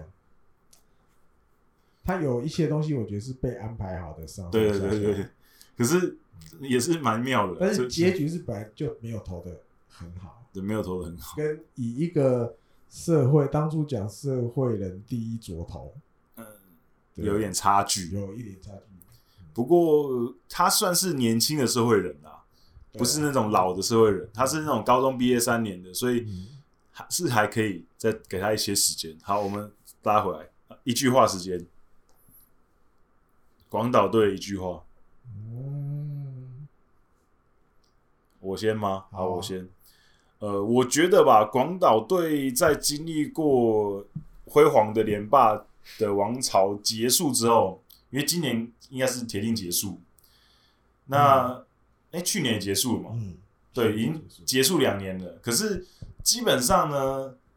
他有一些东西，我觉得是被安排好的上。
对，可是也是蛮妙的。
但是结局是本来就没有投的很好，
对，没有投的很好。
跟以一个当初讲社会人第1左投，
有一点差距，不过他算是年轻的社会人啦，不是那种老的社会人，他是那种高中毕业3年的，所以还可以再给他一些时间。好，我们拉回来，一句话时间。广岛队一句话，我先吗？好，我先。我觉得吧，广岛队在经历过辉煌的连霸的王朝结束之后，因为今年应该是铁定结束，那去年也结束了嘛？对，已经结束2年了。可是基本上呢，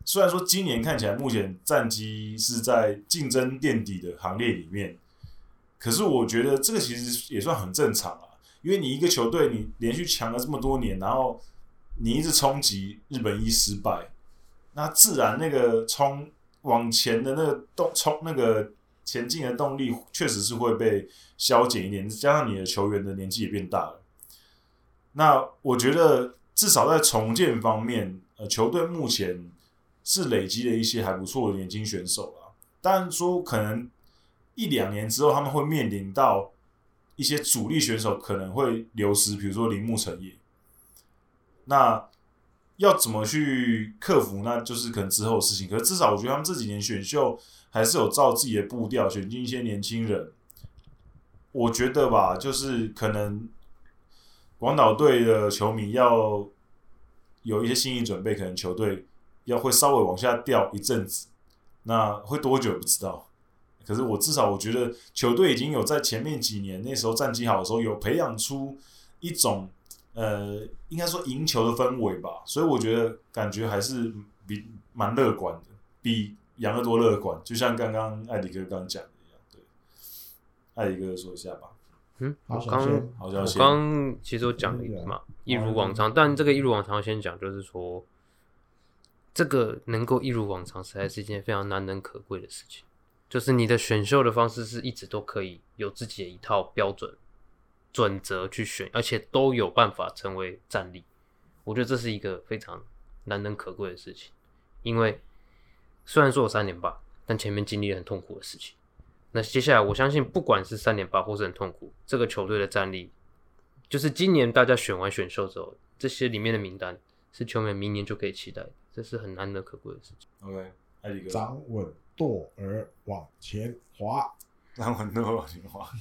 虽然说今年看起来目前战绩是在竞争垫底的行列里面，可是我觉得这个其实也算很正常啊，因为你一个球队你连续强了这么多年，然后你一直冲击日本一失败，那自然那个冲往前的那个前进的动力确实是会被消减一点，加上你的球员的年纪也变大了。那我觉得至少在重建方面，球队目前是累积了一些还不错的年轻选手啦。当然说可能1-2年之后他们会面临到一些主力选手可能会流失，比如说铃木诚也。那要怎么去克服，那就是可能之后的事情。可是至少我觉得他们这几年选秀还是有照自己的步调选进一些年轻人。我觉得吧，就是可能广岛队的球迷要有一些心理准备，可能球队会稍微往下掉一阵子，那会多久不知道。可是至少我觉得球队已经有在前面几年那时候战绩好的时候有培养出一种应该说赢球的氛围吧，所以我觉得感觉还是蛮乐观的，比养乐多乐观。就像刚刚艾迪哥刚讲的一样，对，艾迪哥说一下吧。
我刚其实我讲了一个嘛，一如往常，但这个一如往常先讲，就是说这个能够一如往常，实在是一件非常难能可贵的事情。就是你的选秀的方式是一直都可以有自己的一套标准准则去选，而且都有办法成为战力。我觉得这是一个非常难能可贵的事情，因为虽然说有3连霸，但前面经历了很痛苦的事情。那接下来我相信不管是3连霸或是很痛苦，这个球队的战力就是今年大家选完选秀之后，这些里面的名单是球员明年就可以期待的，这是很难能可贵的事情。
OK， 艾迪哥，
掌稳舵儿往前滑，
掌稳舵往前滑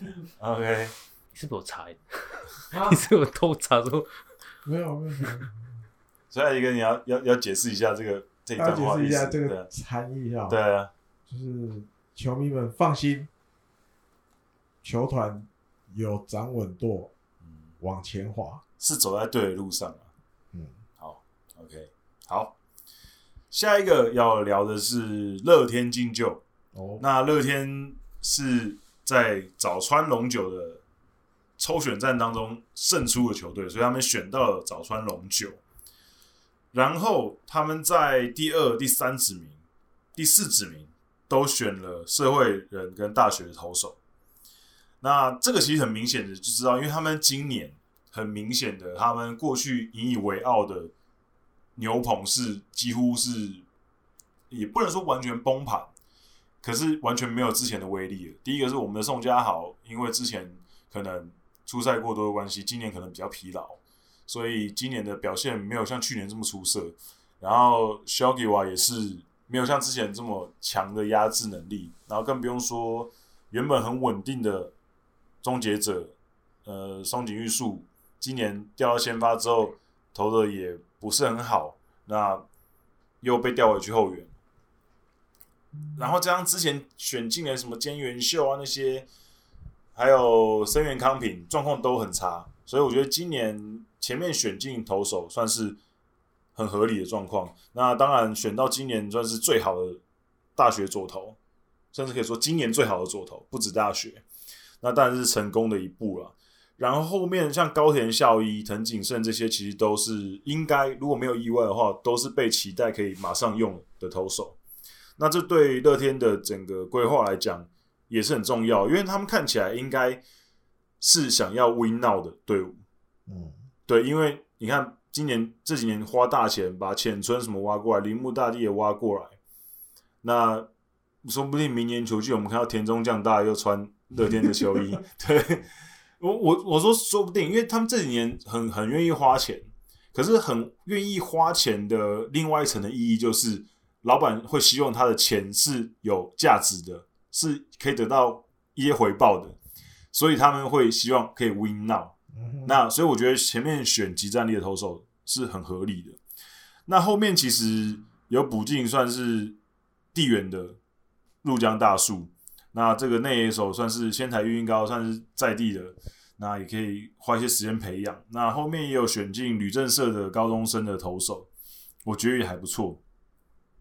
OK，
你是不是有查你是不是有偷查说
没有
所以艾迪哥你要解释一下这一段话，
要解释一下这个含义啊。
对啊，
就是球迷们放心，球团有掌稳舵往前滑，
是走在对的路上啊。好 OK， 好，下一个要聊的是乐天金鷲。那乐天是在早川龙九的抽选战当中胜出的球队，所以他们选到了早川龙九。然后他们在第2、第3指名、第4指名都选了社会人跟大学的投手。那这个其实很明显的就知道，因为他们今年很明显的，他们过去引以为傲的牛棚是几乎是也不能说完全崩盘，可是完全没有之前的威力了。第一个是我们的宋家豪，因为之前可能出赛过多的关系，今年可能比较疲劳，所以今年的表现没有像去年这么出色。然后 Shogiwa 也是没有像之前这么强的压制能力，然后更不用说原本很稳定的终结者松井裕树，今年调到先发之后投的也不是很好，那又被调回去后援。然后加上之前选进了什么菅原秀啊那些，还有森原康平，状况都很差，所以我觉得今年前面选进投手算是很合理的状况。那当然选到今年算是最好的大学左投，甚至可以说今年最好的左投，不止大学。那当然是成功的一步了。然后后面像高田孝一、藤井胜这些，其实都是应该如果没有意外的话，都是被期待可以马上用的投手。那这对乐天的整个规划来讲也是很重要，因为他们看起来应该是想要 win now 的队伍。对，因为你看今年这几年花大钱把浅村什么挖过来，铃木大地也挖过来，那说不定明年球季我们看到田中将大又穿乐天的球衣。对，我说说不定，因为他们这几年很愿意花钱，可是很愿意花钱的另外一层的意义就是老板会希望他的钱是有价值的，是可以得到一些回报的，所以他们会希望可以 win now。那所以我觉得前面选即战力的投手是很合理的。那后面其实有补进算是地缘的入江大树，那这个内野手算是仙台育英高，算是在地的，那也可以花一些时间培养。那后面也有选进旅政社的高中生的投手，我觉得也还不错。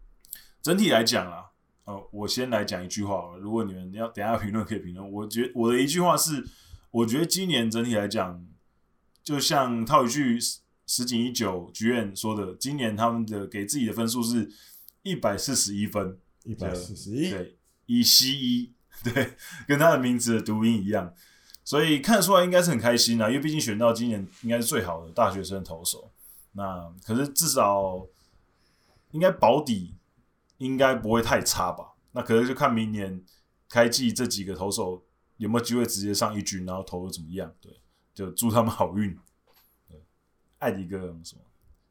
整体来讲啊，我先来讲一句话，如果你们要等一下评论可以评论。我的一句话是，我觉得今年整体来讲，就像套一句石井一久剧院说的，今年他们的给自己的分数是141分
，141，
对，以西一，对，跟他的名字的读音一样，所以看得出来应该是很开心啊，因为毕竟选到今年应该是最好的大学生投手，那可是至少应该保底应该不会太差吧？那可能就看明年开季这几个投手有没有机会直接上一军，然后投的怎么样？对，就祝他们好运。对，艾迪哥有什么？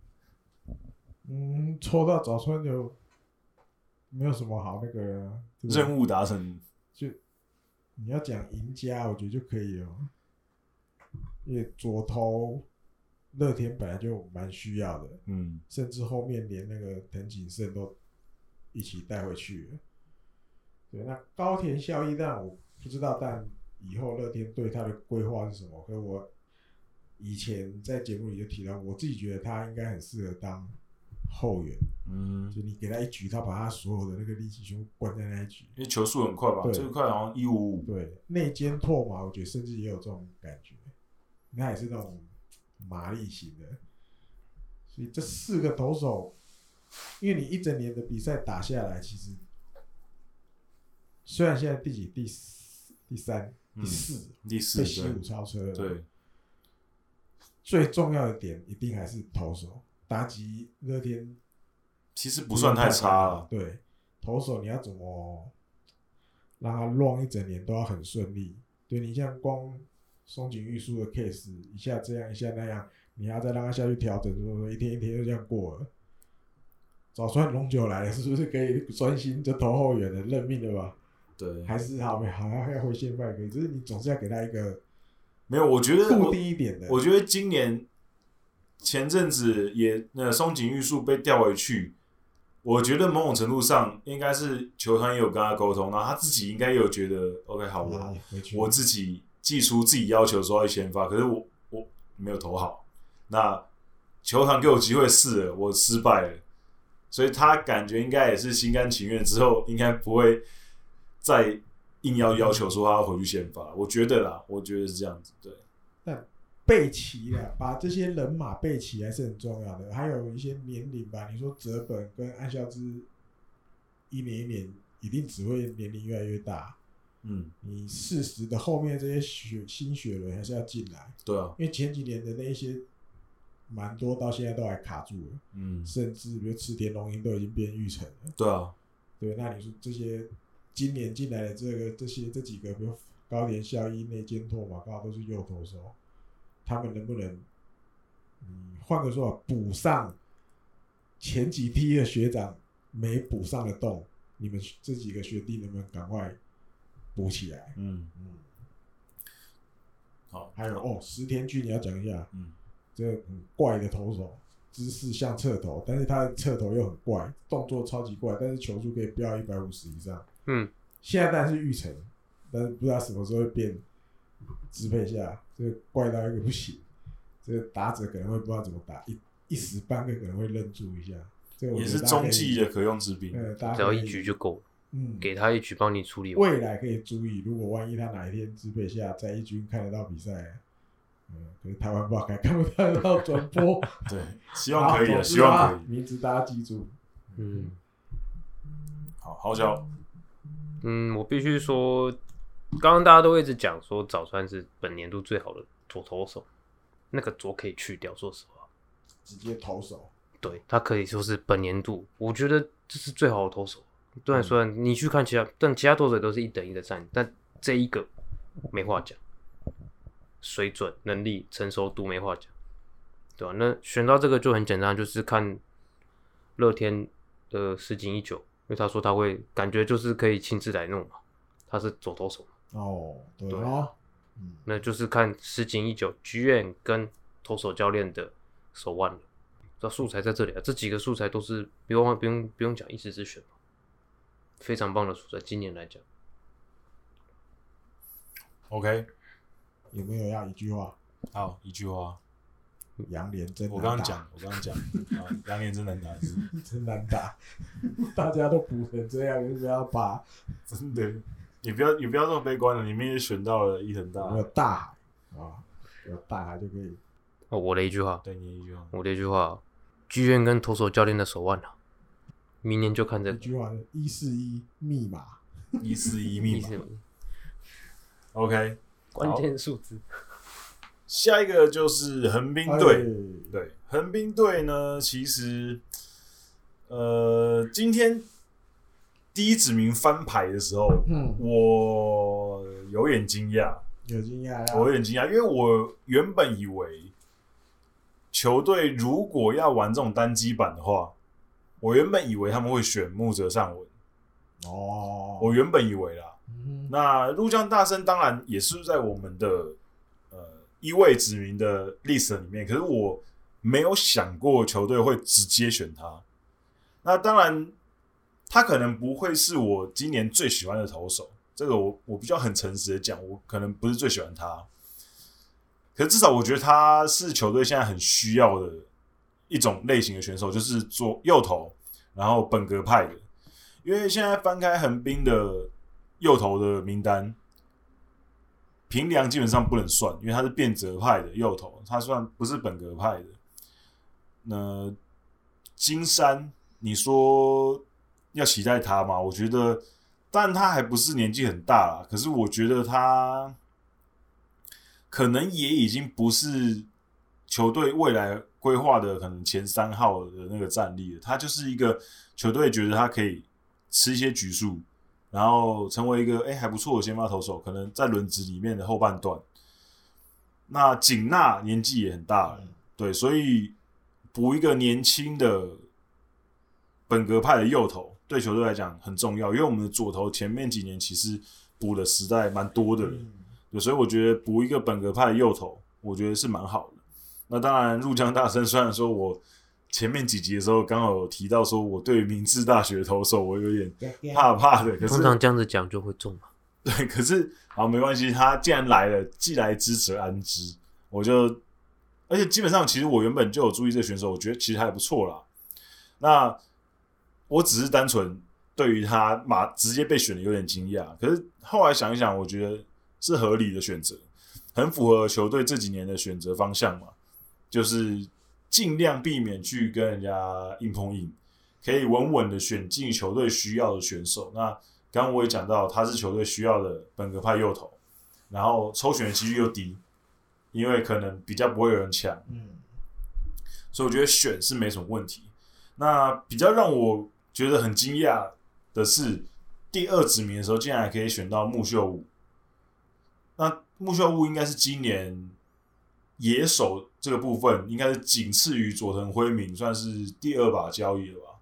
抽到早川就没有什么好那个
任务达成。
就你要讲赢家，我觉得就可以了。因为左投乐天本来就蛮需要的，甚至后面连那个藤井胜都一起带回去了。对，那高田孝一，但我不知道，但以后乐天对他的规划是什么？可是我以前在节目里就提到，我自己觉得他应该很适合当后援。就你给他一局，他把他所有的那个力气全部灌在那一局，
因为球速很快吧？这一块好像155。
对，内肩拓嘛，我觉得甚至也有这种感觉。他也是那种马力型的，所以这4个投手，因为你一整年的比赛打下来，其实虽然现在第几、第3、第4被15超车了，
对，
最重要的点一定还是投手打击。乐天
其实不算太差了，
对，投手你要怎么让他 run 一整年都要很顺利。对，你像光松井裕树的 case， 一下这样一下那样，你还要再让他下去调整，一天一天就这样过了。早川龙九来了，是不是可以专心就投后援了，认命了吧？
对，
还是好要回先发可以，就是你总是要给他一个
没有，我觉得
固定一点的。
我觉得今年前阵子也松井裕树被调回去，我觉得某种程度上应该是球团也有跟他沟通，然后他自己应该也有觉得 OK 好，我自己寄出自己要求说要先发，可是我没有投好，那球团给我机会试了，我失败了，所以他感觉应该也是心甘情愿，之后应该不会再硬要求说他要回去先发，我觉得啦，我觉得是这样子，对。
但备齐了，把这些人马备齐还是很重要的，还有一些年龄吧。你说泽本跟安孝之一年一年一定只会年龄越来越大，你适时的后面这些新血轮还是要进来，
对啊，
因为前几年的那一些蛮多到现在都还卡住了，甚至比如池田龙鹰都已经变育成了，
对啊，
对，那你说这些今年进来的这几个，比如高田孝一、内坚拓嘛，刚好都是右投手，他们能不能，换个说法，补上前几梯的学长没补上的洞，你们这几个学弟能不能赶快补起来？
好，
还有石田君你要讲一下，这个很怪的投手，姿势像侧投，但是他的侧投又很怪，动作超级怪，但是球速可以飙150以上。现在当然是育成，但是不知道什么时候会变支配下，这个怪到一个不行。这个打者可能会不知道怎么打，一时半个可能会愣住一下。这个
也是中继的可用之兵，
只要一局就够了。给他一局帮你处理完。
未来可以注意，如果万一他哪一天支配下，在一军看得到比赛，可是台湾不知道还看不看得到转播。
对，希望可以的，希望可以。
名字大家记住。
好笑。
我必须说，刚刚大家都一直讲说早川是本年度最好的左投手，那个左可以去掉，说实话，
直接投手。
对，他可以说是本年度，我觉得这是最好的投手。虽然你去看其他，但其他投手都是一等一的战，但这一个没话讲，水准、能力、成熟度没话讲，对吧？那选到这个就很简单，就是看乐天的石井一久，因为他说他会感觉就是可以亲自来弄嘛，他是左投手嘛。
对啊，
那就是看石井一久剧院跟投手教练的手腕了。这素材在这里啊，这几个素材都是不用讲一时之选嘛，非常棒的素材，今年来讲。
OK，
有没有要一句话？
好，一句话。
杨连真难打。
我刚刚讲杨连真难打，
真难打，大家都补成这样，就不要把
真的，你不要这么悲观了，你们也选到了伊藤大海，
有大海啊，有大海就可以。
我的一句话，
对你的一句话，
我的一句话，剧院跟投手教练的手腕啊，明年就看这
一句话，141密码
，141密码 ，OK，
关键数字。
下一个就是横滨队，对，横滨队呢，其实，今天第一指名翻牌的时候，我有点惊讶，我有点惊讶，因为我原本以为球队如果要玩这种单机版的话，我原本以为他们会选木泽尚文，我原本以为啦，那入将大生当然也是在我们的一位指名的 list 里面，可是我没有想过球队会直接选他。那当然，他可能不会是我今年最喜欢的投手，这个我比较很诚实的讲，我可能不是最喜欢他。可是至少我觉得他是球队现在很需要的一种类型的选手，就是做右投，然后本格派的。因为现在翻开横滨的右投的名单。平良基本上不能算，因为他是变则派的右投，他算不是本格派的。那金山，你说要期待他吗？我觉得，但他还不是年纪很大啦，可是我觉得他可能也已经不是球队未来规划的可能前3号的那个战力了。他就是一个球队觉得他可以吃一些局数。然后成为一个还不错的先发投手，可能在轮值里面的后半段。那景纳年纪也很大了，对，所以补一个年轻的本格派的右投，对球队来讲很重要，因为我们的左投前面几年其实补的时代蛮多的，对，所以我觉得补一个本格派的右投，我觉得是蛮好的。那当然入江大生，虽然说我前面几集的时候刚好有提到说，我对明治大学投手我有点怕的，可是
通常这样子讲就会中嘛。
对，可是好没关系，他既然来了，既来之则安之，我就，而且基本上其实我原本就有注意这个选手，我觉得其实还不错啦。那我只是单纯对于他直接被选的有点惊讶，可是后来想一想，我觉得是合理的选择，很符合球队这几年的选择方向嘛，就是尽量避免去跟人家硬碰硬，可以稳稳的选进球队需要的选手。那刚刚我也讲到，他是球队需要的本格派右投，然后抽选的几率又低，因为可能比较不会有人抢，所以我觉得选是没什么问题。那比较让我觉得很惊讶的是，第2指名的时候竟然还可以选到木秀武。那木秀武应该是今年野手这个部分应该是仅次于佐藤辉明，算是第2把交易了吧。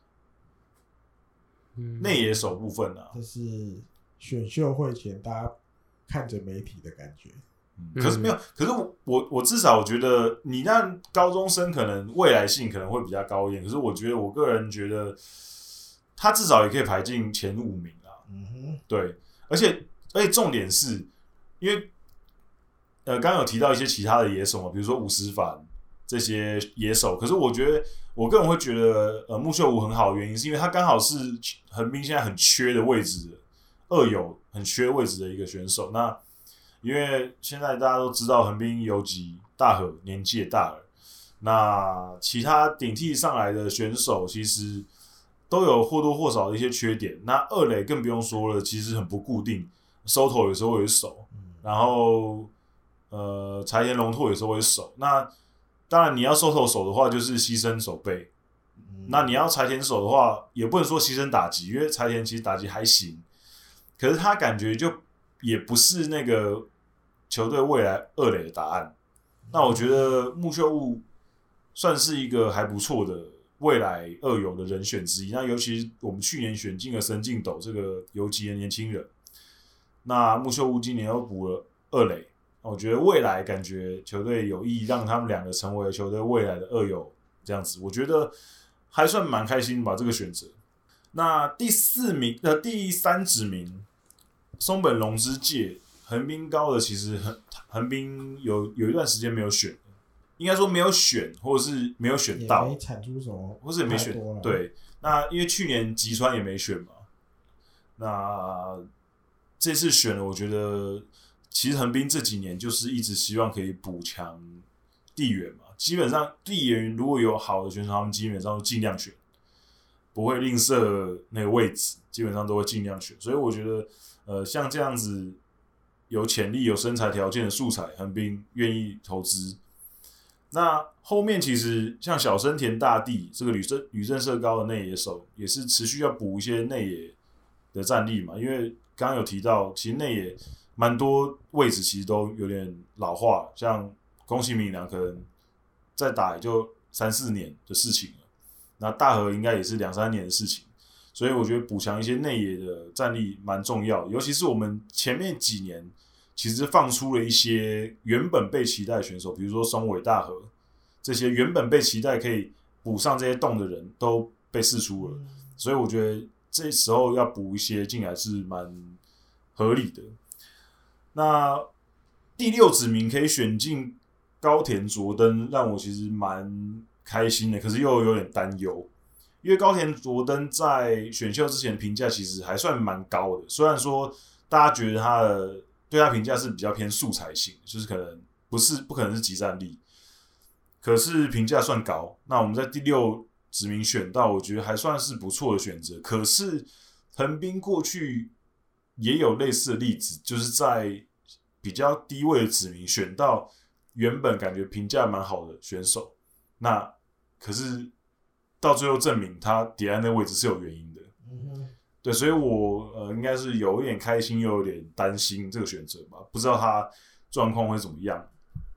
内野手部分啊，
这是选秀会前大家看着媒体的感觉。
可是没有，可是我至少我觉得你让高中生可能未来性可能会比较高一点，可是我觉得我个人觉得他至少也可以排进前5名啊。对，而且重点是因为刚刚有提到一些其他的野手嘛，比如说武石凡这些野手，可是我觉得我个人会觉得木秀武很好的原因是因为他刚好是横滨现在很缺的位置的2游很缺位置的一个选手。那因为现在大家都知道横滨游击大和年纪也大了，那其他顶替上来的选手其实都有或多或少的一些缺点。那2垒更不用说了，其实很不固定，收头有时候会守，然后柴田龙拓有时候会守。那当然你要收头守的话，就是牺牲守备。那你要柴田守的话，也不能说牺牲打击，因为柴田其实打击还行，可是他感觉就也不是那个球队未来2垒的答案。那我觉得木秀武算是一个还不错的未来2游的人选之一。那尤其我们去年选进了深进斗这个游击的年轻人，那木秀武今年又补了2垒，我觉得未来感觉球队有意让他们2个成为球队未来的2游这样子，我觉得还算蛮开心吧这个选择。那第3指名松本龙之介，横滨高的其实横滨有一段时间没有选， 应该说没有选，或者是没有选到，
没产出什么，
或者也没选。对，那因为去年吉川也没选嘛，那这次选了，我觉得其实横滨这几年就是一直希望可以补强地缘嘛。基本上地缘如果有好的选手，他们基本上都尽量选，不会吝啬那个位置，基本上都会尽量选。所以我觉得，像这样子有潜力、有身材条件的素材，横滨愿意投资。那后面其实像小深田大地这个吕政社高的内野手，也是持续要补一些内野的战力嘛。因为刚刚有提到，其实内野蛮多位置其实都有点老化，像宫崎敏郎可能再打也就3-4年的事情了，那大和应该也是2-3年的事情。所以我觉得补强一些内野的战力蛮重要，尤其是我们前面几年其实放出了一些原本被期待的选手，比如说松尾大和这些原本被期待可以补上这些洞的人都被释出了，所以我觉得这时候要补一些进来是蛮合理的。那第6指名可以选进高田卓登，让我其实蛮开心的，可是又有点担忧。因为高田卓登在选秀之前的评价其实还算蛮高的，虽然说大家觉得对他评价是比较偏素材型，就是可能不可能是即战力，可是评价算高。那我们在第6指名选到，我觉得还算是不错的选择。可是横滨过去也有类似的例子，就是在比较低位的指名选到原本感觉评价蛮好的选手，那可是到最后证明他跌在那个位置是有原因的。对，所以我应该是有一点开心，又有点担心这个选择吧，不知道他状况会怎么样。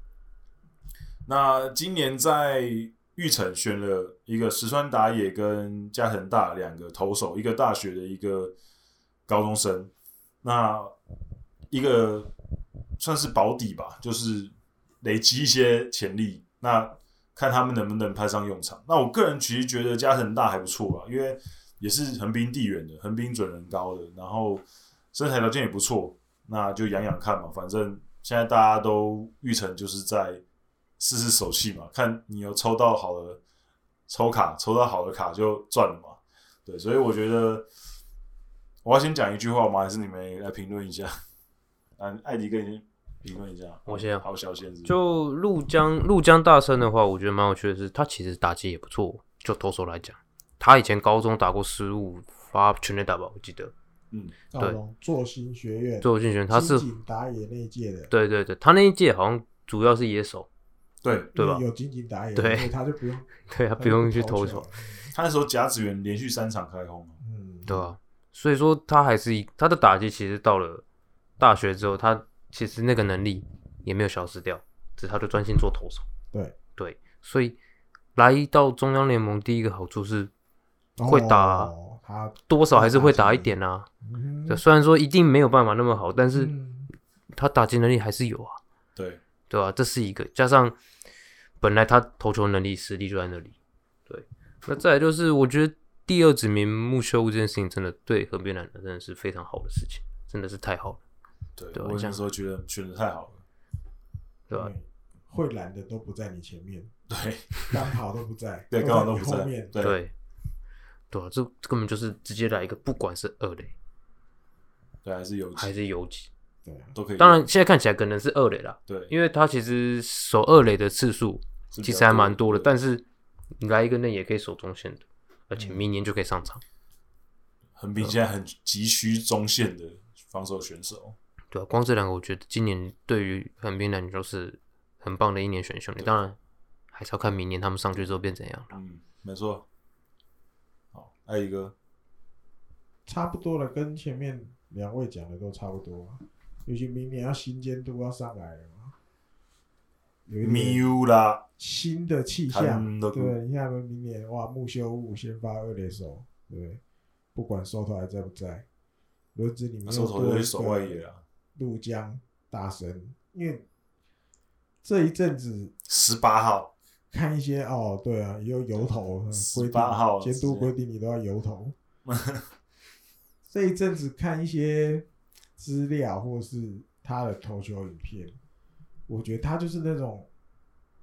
那今年在玉城选了一个石川达也跟加藤大2个投手，一个大学的，一个高中生，那一个算是保底吧，就是累积一些潜力，那看他们能不能派上用场。那我个人其实觉得加藤大还不错吧，因为也是横滨地缘的，横滨准人高的，然后身材条件也不错，那就养养看嘛。反正现在大家都预成就是在试试手气嘛，看你有抽到好的抽卡，抽到好的卡就赚了嘛。对，所以我觉得我要先讲一句话吗？还是你们来评论一下？艾迪跟你评论一下。
我先
好，小先
就陆江大生的话，我觉得蛮有趣的是，他其实打击也不错。就投手来讲，他以前高中打过15发全垒打吧，我记得。
对，作新学院，
他是
金井打野那一届的。
对对对，他那一届好像主要是野手。
对
吧？
有金井打野，
对，
所以他就不用，
对他不用去投球。
他那时候甲子园连续3场开轰，
对吧？所以说他还是他的打击，其实到了大学之后，他其实那个能力也没有消失掉，只是他就专心做投手。对，所以来到中央联盟，第一个好处是会打，他多少还是会打一点啊。虽然说一定没有办法那么好，但是他打击能力还是有啊。对吧？这是一个，加上本来他投球能力实力就在那里。对，那再来就是我觉得第2指名木秀悟这件事情，真的对横滨蓝真的是非常好的事情，真的是太好了。
对，我那时候觉得选的太好了，
对吧？
会蓝的都不在你前面，
对，
刚好都不在，
对，刚好都不在
后面，
对，这根本就是直接来一个，不管是2垒，
对，还是游击。都可以。
当然，现在看起来可能是2垒啦，
对，
因为他其实守2垒的次数其实还蛮多的，但是你来一个内也可以守中线的，而且明年就可以上场。
横滨现在很急需中线的防守选手，
对啊，光这2个，我觉得今年对于横滨蓝就是很棒的一年选秀。你当然还是要看明年他们上去之后变怎样了。
没错。好，还有一个
差不多了，跟前面2位讲的都差不多。尤其明年要新监督要上来了嘛，有一点新的气象。对，你看明年哇，木秀悟先发2垒手，对，不管收头还在不在，轮子里面
收头就是守外野啊，
陆江大神，因为这一阵子
18号
看一些对啊，也有油头
，18号
监督规定你都要油头。这一阵子看一些资料或是他的投球影片，我觉得他就是那种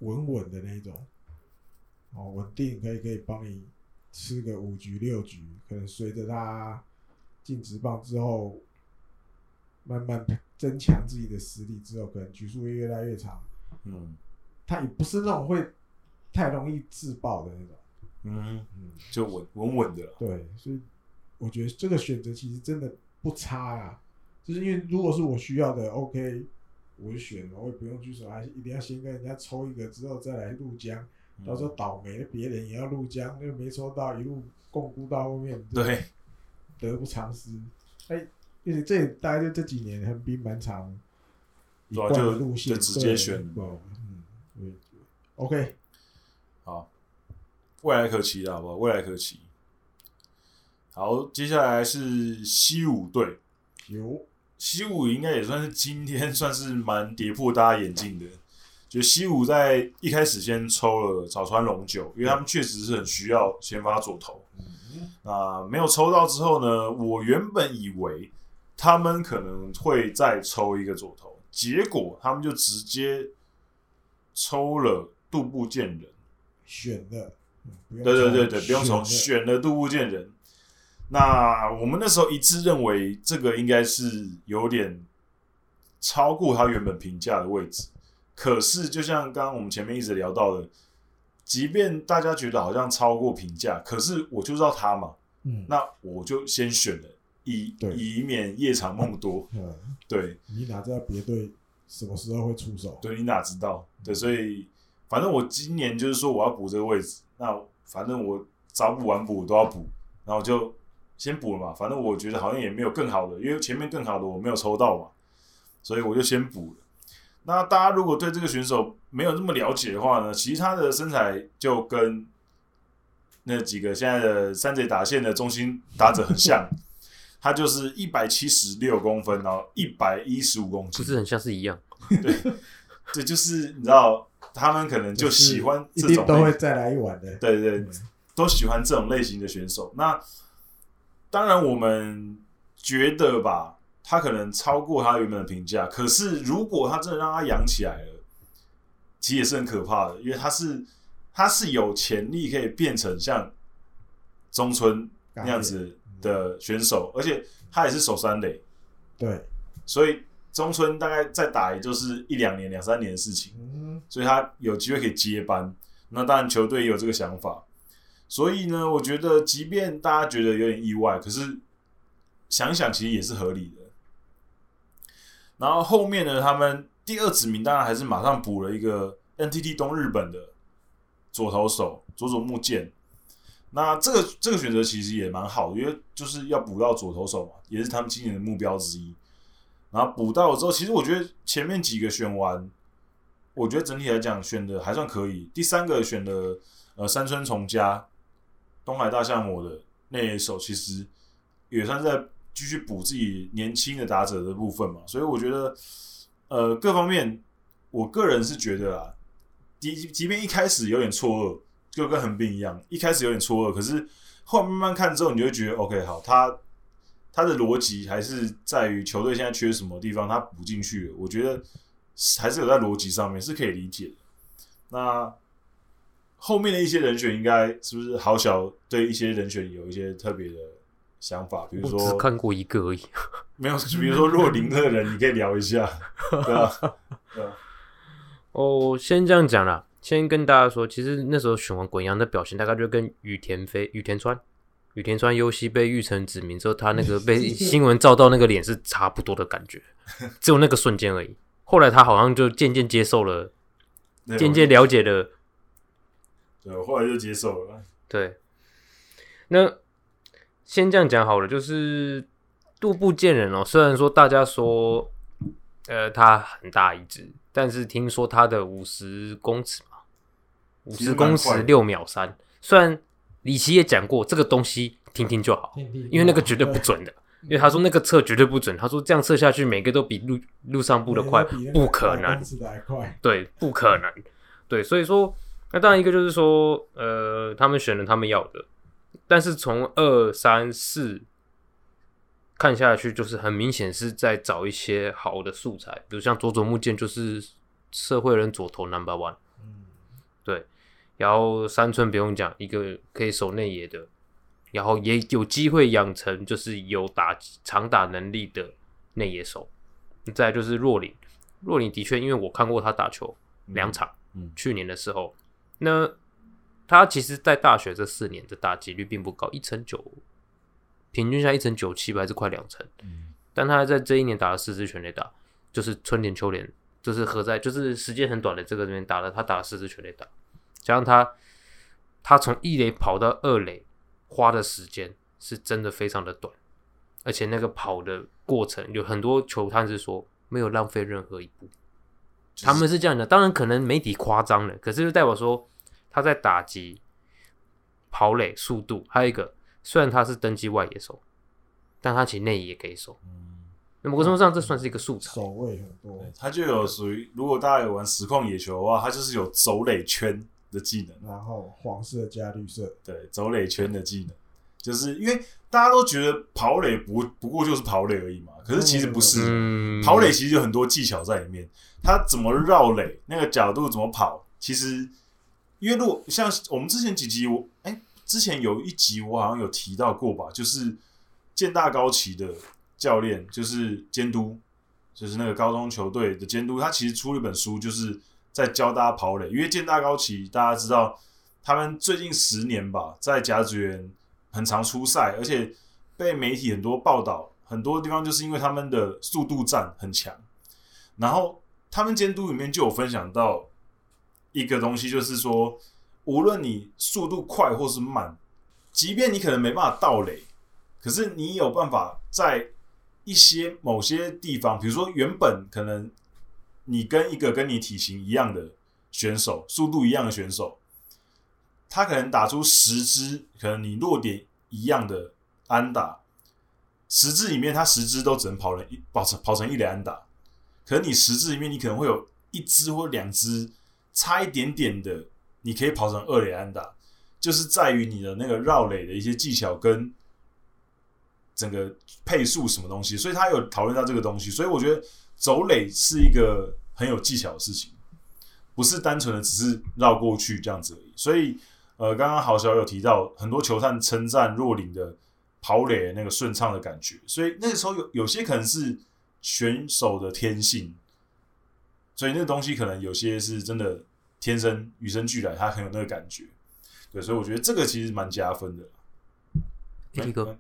稳稳的那种，稳定可以帮你吃个5局6局，可能随着他进职棒之后，慢慢增强自己的实力之后，可能局数会越来越长。他也不是那种会太容易自爆的那种，
就稳稳的。
对，所以我觉得这个选择其实真的不差啦。就是因为如果是我需要的 ，OK， 我就选了，我也不用去说还一定要先跟人家抽一个之后再来入江，到时候倒霉了别人也要入江，又没抽到，一路共估到后面，
对，
得不偿失。因为这大概就这几年横滨蛮长一贯的路线，
就直接选。
OK，
好，未来可期了，好不好？未来可期。好，接下来是西武队。西武应该也算是今天算是蛮跌破大家眼镜的。就西武在一开始先抽了早川龙九，因为他们确实是很需要先发左投。没有抽到之后呢，我原本以为他们可能会再抽一个左投，结果他们就直接抽了杜部健人，
选的，
对，不用抽，选了杜部健人。那我们那时候一致认为这个应该是有点超过他原本评价的位置，可是就像刚刚我们前面一直聊到的，即便大家觉得好像超过评价，可是我就知道他嘛，那我就先选了，以免夜长梦多。对，
你哪知道别队什么时候会出手？
对，你哪知道？对，所以反正我今年就是说我要补这个位置，那反正我早补晚补都要补，然后我就先补了嘛，反正我觉得好像也没有更好的，因为前面更好的我没有抽到嘛，所以我就先补了。那大家如果对这个选手没有那么了解的话呢，其实他的身材就跟那几个现在的三垒打线的中心打者很像，他就是176公分，然后115公斤，
不是很像是一样？
对，就是你知道，他们可能就喜欢这种，
一定都会再来一碗的，
对，都喜欢这种类型的选手。那当然，我们觉得吧，他可能超过他原本的评价。可是，如果他真的让他养起来了，其实也是很可怕的，因为他是有潜力可以变成像中村那样子的选手，而且他也是守三垒。
对，
所以中村大概再打也就是1-2年、2-3年的事情，所以他有机会可以接班。那当然，球队也有这个想法。所以呢，我觉得即便大家觉得有点意外，可是想一想，其实也是合理的。然后后面呢，他们第2指名当然还是马上补了一个 NTT 东日本的左投手佐佐木健。那这个选择其实也蛮好的，因为就是要补到左投手嘛，也是他们今年的目标之一。然后补到了之后，其实我觉得前面几个选完，我觉得整体来讲选的还算可以。第3个选的山村崇佳。东海大象魔的那一手其实也算是在继续补自己年轻的打者的部分嘛，所以我觉得各方面我个人是觉得啦，即便一开始有点错愕，就跟横滨一样，一开始有点错愕，可是后来慢慢看之后，你就会觉得 OK 好，他的逻辑还是在于球队现在缺什么地方，他补进去了，我觉得还是有在逻辑上面是可以理解的。那后面的一些人选应该是不是豪小对一些人选有一些特别的想法？比如说，
我只看过一个而已。
没有，比如说若林的人，你可以聊一下，对吧？
先这样讲啦，先跟大家说，其实那时候选完滚阳的表现，大概就跟羽田川优希被玉成指名之后，他那个被新闻照到那个脸是差不多的感觉，只有那个瞬间而已。后来他好像就渐渐接受了，渐渐了解了。
对，我后来就接受了。
对，那先这样讲好了，就是杜部健人哦，虽然说大家说，他很大一只，但是听说他的50公尺嘛，50公尺6秒3，虽然李奇也讲过这个东西听听就好，因为那个绝对不准的，因为他说那个测绝对不准，他说这样测下去每个都比路上步的快，不可能，对，不可能，对，所以说。那当然，一个就是说，他们选了他们要的，但是从2、3、4看下去，就是很明显是在找一些好的素材，比如像佐佐木健就是社会人左投 No.1， 对，然后三村不用讲，一个可以守内野的，然后也有机会养成就是有长打能力的内野手。再来就是若林的确，因为我看过他打球2场，去年的时候，那他其实在大学这4年的打击率并不高，1.9%，平均下1.97%还是快2%，但他在这一年打了4支全垒打，就是春联秋联，就是合在就是时间很短的这个里面他打了4支全垒打，加上他从1垒跑到2垒花的时间是真的非常的短，而且那个跑的过程有很多球探是说没有浪费任何一步，他们是这样的。当然可能媒体夸张了，可是就代表说他在打击、跑垒、速度，还有一个虽然他是登记外野手，但他其实内野也可以守。那某个程度上，这算是一个素材。
守卫很多，
他就有属于，如果大家有玩实况野球的话，他就是有走垒圈的技能，
然后黄色加绿色，
对，走垒圈的技能，就是因为大家都觉得跑垒不过就是跑垒而已嘛，可是其实不是，跑垒其实有很多技巧在里面，他怎么绕垒，那个角度怎么跑，其实因为如果像我们之前几集之前有一集我好像有提到过吧，就是健大高崎的教练，就是监督，就是那个高中球队的监督，他其实出了一本书，就是在教大家跑垒。因为健大高崎大家知道，他们最近10年吧，在甲子园很常出赛，而且被媒体很多报道，很多地方就是因为他们的速度战很强。然后他们监督里面就有分享到一个东西，就是说，无论你速度快或是慢，即便你可能没办法盗垒，可是你有办法在某些地方，比如说原本可能你跟一个跟你体型一样的选手，速度一样的选手，他可能打出10支，可能你落点一样的安打，10支里面他10支都只能跑成一垒安打，可能你10支里面你可能会有1支或2支差一点点的，你可以跑成2垒安打，就是在于你的那个绕垒的一些技巧跟整个配速什么东西，所以他有讨论到这个东西，所以我觉得走垒是一个很有技巧的事情，不是单纯的只是绕过去这样子而已。所以刚刚郝小有提到很多球探称赞若林的跑垒的那个顺畅的感觉，所以那个时候有些可能是选手的天性，所以那个东西可能有些是真的天生与生俱来，他很有那个感觉。对，所以我觉得这个其实蛮加分的。
一个。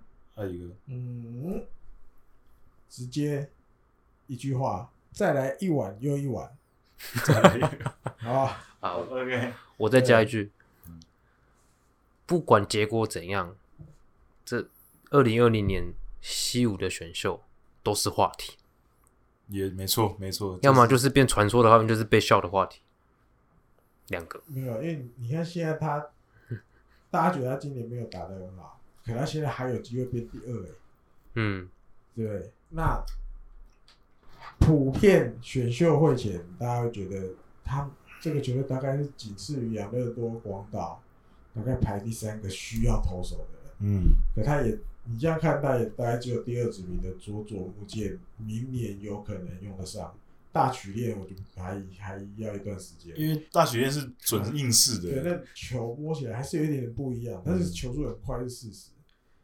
直接一句话，再来一碗又一碗，
再来一碗，
好
，OK，
我再加一句，不管结果怎样，这2020年西武的选秀都是话题，
也没错，
要么就是变传说的话，要么就是被笑的话题，2个
没有，因为你看现在大家觉得他今年没有打得很好。可他现在还有机会变第2对，那普遍选秀会前，大家会觉得他这个球队大概是仅次于养乐多、广岛，大概排第3个需要投手的人。可他也，你这样看，他也大概只有第2指名的佐佐木健，明年有可能用得上。大曲链我觉得还要一段时间，
因为大曲链是准硬式的，
对，那球摸起来还是有一点不一样，但是球速很快是事实。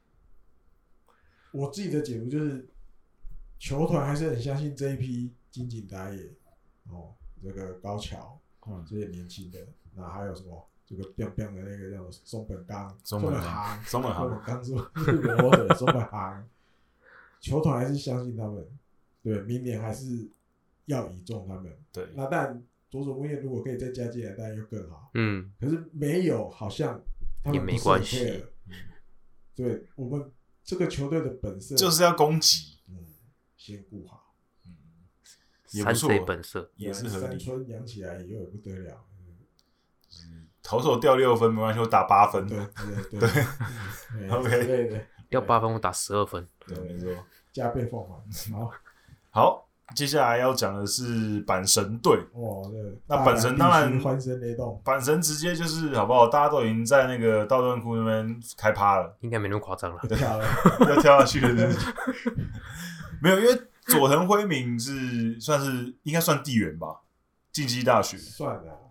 我自己的解读就是，球团还是很相信这一批金井打野，这个高桥，这些年轻的，那还有什么这个 biang biang 的那个叫松本刚、松本刚是日本火腿松本航，球团还是相信他们，对，明年还是要倚重他们，
对，
那但佐佐木健如果可以再加进来，当然又更好，可是没有，好像他们
也没关系，
对，我们这个球队的本色
就是要攻击，
先顾好，
也不错，
本色
也是合理。
三村养起来以后也不得了，
投手掉6分没关系，我打8分，
对
，OK，
对，
掉8分我打12分，
对，没错，
加倍奉还，
好。接下来要讲的是阪神队
对，
那阪神当然
欢声雷动，
阪神直接就是好不好？大家都已经在那个道顿窟那边开趴了，
应该没那么夸张了，
要跳下去了，没有，因为佐藤辉明应该算地缘吧，近畿大学
算了，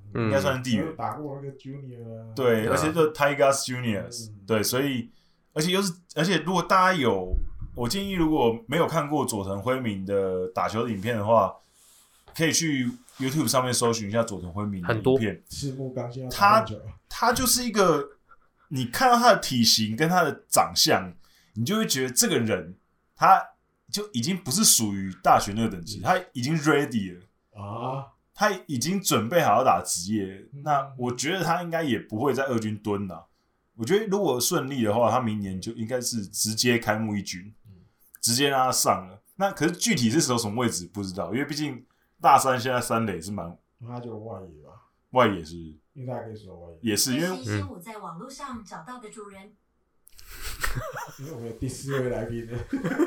应该算是地缘。
打过那个 Junior
对，而且就 Tigers Juniors，对，所以而且如果大家我建议如果没有看过佐藤辉明的打球的影片的话，可以去 YouTube 上面搜寻一下佐藤辉明的影片。
赤木刚宪
他就是一个，你看到他的体型跟他的长相，你就会觉得这个人他就已经不是属于大学那个等级，他已经 ready 了啊，他已经准备好要打职业。那我觉得他应该也不会在二军蹲啦。我觉得如果顺利的话，他明年就应该是直接开幕一军，直接让他上了。那可是具体是守什么位置不知道，因为毕竟大三现在三垒是蛮，
他就外野吧，
外野是，
因为他可以守外野，
也是因为
我在网络上找到的主人。
因为我们有第4位来宾了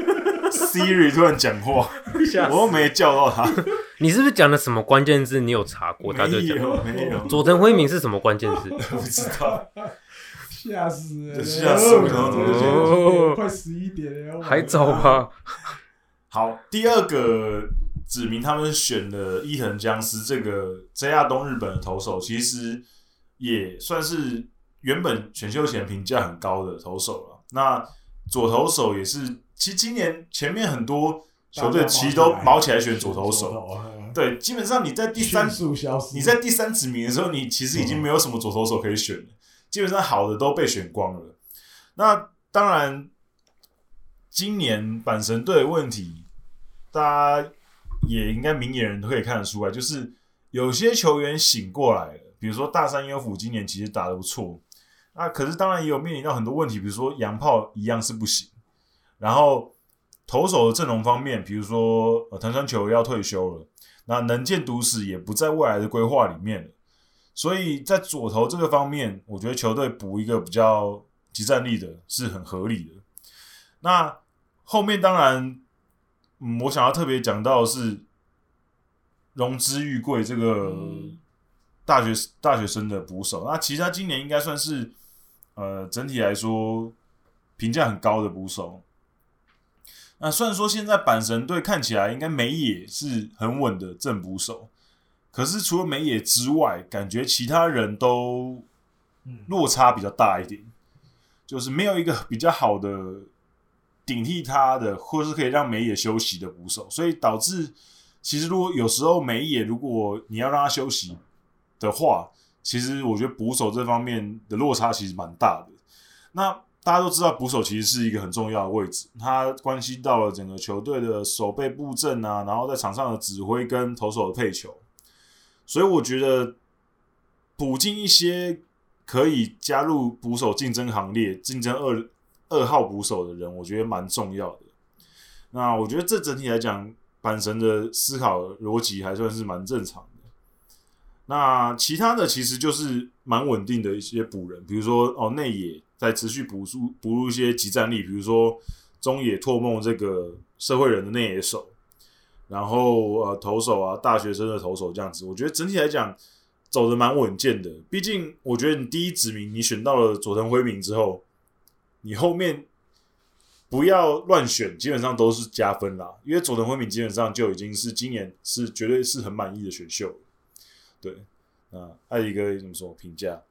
，Siri 突然讲话，我又没叫到他。
你是不是讲了什么关键字？你有查过？他就讲
没有。
佐藤辉明是什么关键字？
不知道。
吓死人！
吓死我！
快11点了，
还早吧？
好，第二个指名他们选了伊藤将司这个 JR 东日本的投手，其实也算是原本选秀前评价很高的投手了。那左投手也是，其实今年前面很多球队其实都毛起来选左投手。对，基本上你在第三指名的时候，你其实已经没有什么左投手可以选了。基本上好的都被选光了。那当然，今年阪神队的问题，大家也应该明眼人都可以看得出来，就是有些球员醒过来了，比如说大山优辅今年其实打得不错，那可是当然也有面临到很多问题，比如说洋炮一样是不行，然后投手的阵容方面，比如说藤川球要退休了，那能见笃史也不在未来的规划里面了。所以在左投这个方面，我觉得球队补一个比较即战力的是很合理的。那后面当然，我想要特别讲到的是荣之裕贵这个大学生的捕手。那其实他今年应该算是整体来说评价很高的捕手。那虽然说现在阪神队看起来应该美野是很稳的正捕手。可是除了美野之外，感觉其他人都落差比较大一点，就是没有一个比较好的顶替他的，或是可以让美野休息的捕手，所以导致其实如果有时候美野如果你要让他休息的话，其实我觉得捕手这方面的落差其实蛮大的。那大家都知道捕手其实是一个很重要的位置，它关系到了整个球队的守备布阵啊，然后在场上的指挥跟投手的配球。所以我觉得补进一些可以加入捕手竞争行列、竞争二号捕手的人，我觉得蛮重要的。那我觉得这整体来讲，阪神的思考逻辑还算是蛮正常的。那其他的其实就是蛮稳定的一些补人，比如说内野在持续补入一些即战力，比如说中野拓梦这个社会人的内野手。然后投手啊，大学生的投手这样子，我觉得整体来讲走得蛮稳健的。毕竟我觉得你第一指名你选到了佐藤辉明之后，你后面不要乱选，基本上都是加分啦。因为佐藤辉明基本上就已经是今年是绝对是很满意的选秀了。对，还有一个怎么说评价？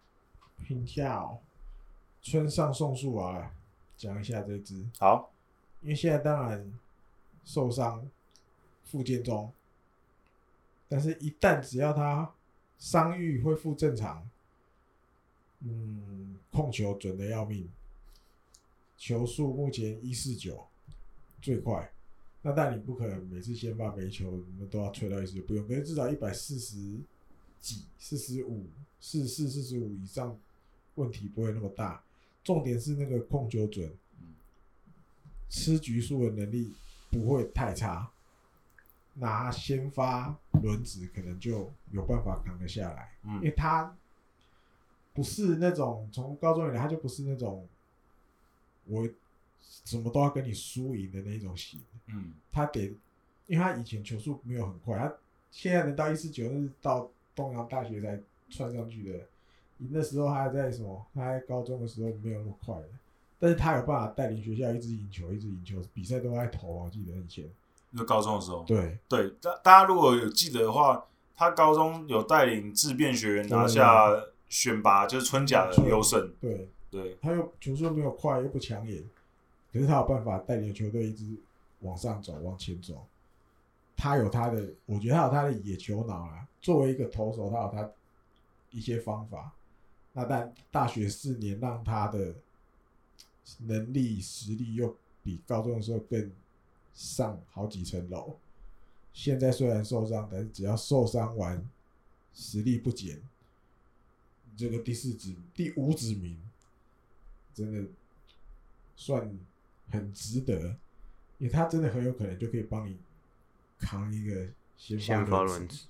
村上宋树啊，讲一下这支。
好，
因为现在当然受伤。复健中，但是一旦只要他伤愈恢复正常，控球准的要命，球速目前149最快。那但你不可能每次先发每球你们都要吹到149，不用，可是至少140几、45、44、45以上，问题不会那么大。重点是那个控球准，吃局数的能力不会太差。拿先发轮子可能就有办法扛得下来，因为他不是那种从高中以来他就不是那种我什么都要跟你输赢的那种型，他得，因为他以前球速没有很快，他现在能到149那是到东洋大学才窜上去的，那时候他还在什么？他在高中的时候没有那么快的，但是他有办法带领学校一直赢球，比赛都在投啊，记得以前。
就高中的时候，
对，
大家如果有记得的话， 他高中有带领自辩学员拿下选拔，就是春甲的优胜。对，
他又球速没有快，又不抢眼，可是他有办法带领球队一直往上走，往前走。他有他的，我觉得他有他的野球脑啦。作为一个投手，他有他一些方法。那但大学4年让他的能力实力又比高中的时候更上好几层楼。现在虽然受伤，但是只要受伤完，实力不减，这个第5指名，真的算很值得，因为他真的很有可能就可以帮你扛一个先发轮子。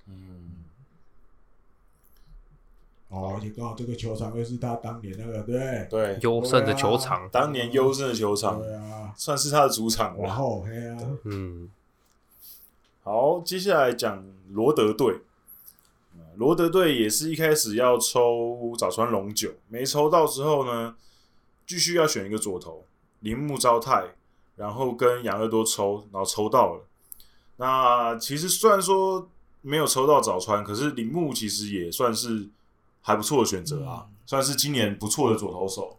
而且刚好这个球场又是他当年那个
对
优胜的球场，
当年优胜的球场，
对啊，
算是他的主场了。
然后
好，接下来讲罗德队。罗德队也是一开始要抽早川龙九，没抽到之后呢，继续要选一个左投，铃木昭太，然后跟养乐多抽，然后抽到了。那其实虽然说没有抽到早川，可是铃木其实也算是还不错的选择啊，算是今年不错的左投手。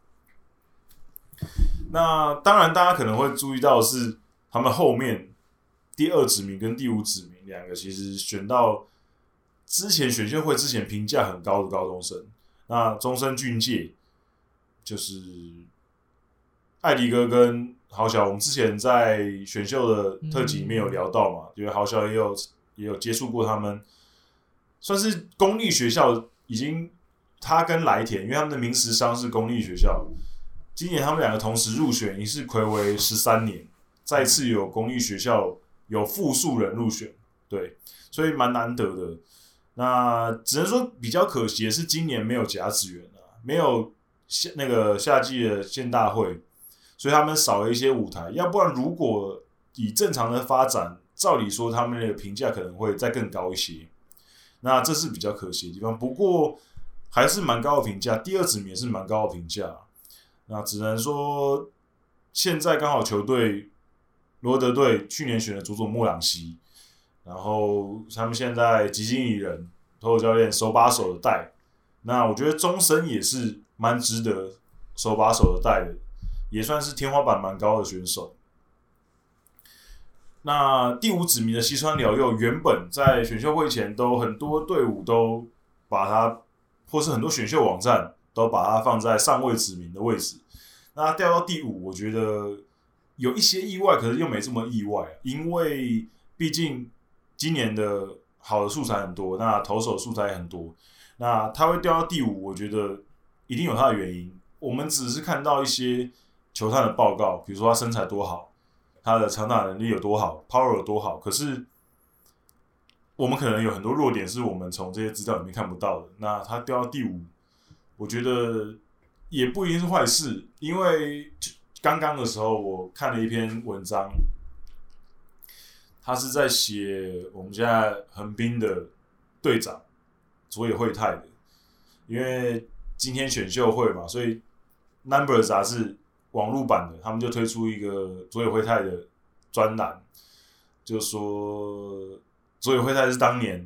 那当然，大家可能会注意到的是他们后面第2指名跟第5指名两个，其实选到之前选秀会之前评价很高的高中生。那中森俊介就是艾迪哥跟豪小，我们之前在选秀的特辑里面有聊到嘛，因为豪小也有接触过他们，算是公立学校已经他跟来田，因为他们的明石商是公立学校，今年他们两个同时入选，已是睽违13年，再次有公立学校有复数人入选，对，所以蛮难得的。那只能说比较可惜的是今年没有甲子园啊，没有那个夏季的县大会，所以他们少了一些舞台。要不然如果以正常的发展，照理说他们的评价可能会再更高一些。那这是比较可惜的地方，不过还是蛮高的评价，第2指名也是蛮高的评价。那只能说现在刚好球队罗德队去年选了佐佐木朗希，然后他们现在吉经理人投手教练手把手的带，那我觉得中森也是蛮值得手把手的带的，也算是天花板蛮高的选手。那第5指名的西川辽佑，原本在选秀会前都很多队伍都把他，或是很多选秀网站都把他放在上位指名的位置。那他掉到第5，我觉得有一些意外，可是又没这么意外，因为毕竟今年的好的素材很多，那投手素材也很多，那他会掉到第5，我觉得一定有他的原因。我们只是看到一些球探的报告，比如说他身材多好，他的长打能力有多好 ，power 有多好，可是我们可能有很多弱点是我们从这些资料里面看不到的。那他掉到第5，我觉得也不一定是坏事，因为刚刚的时候我看了一篇文章，他是在写我们现在横滨的队长佐野惠太的，因为今天选秀会嘛，所以 Number 杂志网络版的他们就推出一个佐野惠太的专栏，就说佐野惠太是当年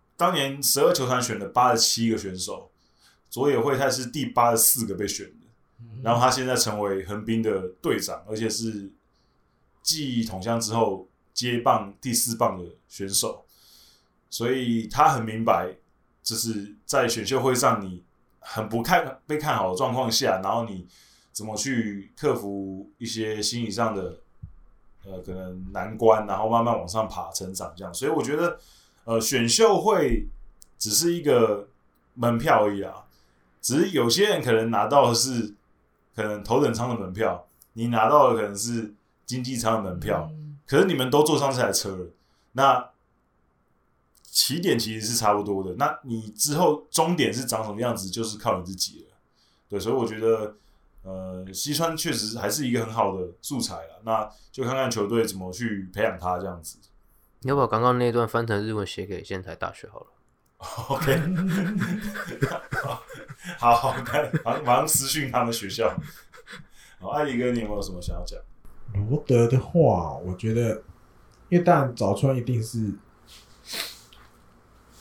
12球团选的87个选手，佐野惠太是第84个被选的，然后他现在成为横滨的队长，而且是继统香之后接棒第4棒的选手，所以他很明白，就是在选秀会上你很不被看好的状况下，然后你怎么去克服一些心理上的可能难关，然后慢慢往上爬成长这样。所以我觉得选秀会只是一个门票而已啊，只是有些人可能拿到的是可能头等舱的门票，你拿到的可能是经济舱的门票，可是你们都坐上这台车了，那起点其实是差不多的，那你之后终点是长什么样子，就是靠你自己了。对，所以我觉得西川确实还是一个很好的素材啦，那就看看球队怎么去培养他这样子。
你要把刚刚那段翻成日文写给仙台大学好了。
OK， 好，马上私讯他们学校。好，艾迪哥，你有没有什么想要讲？
罗德的话，我觉得，因为当然早川一定是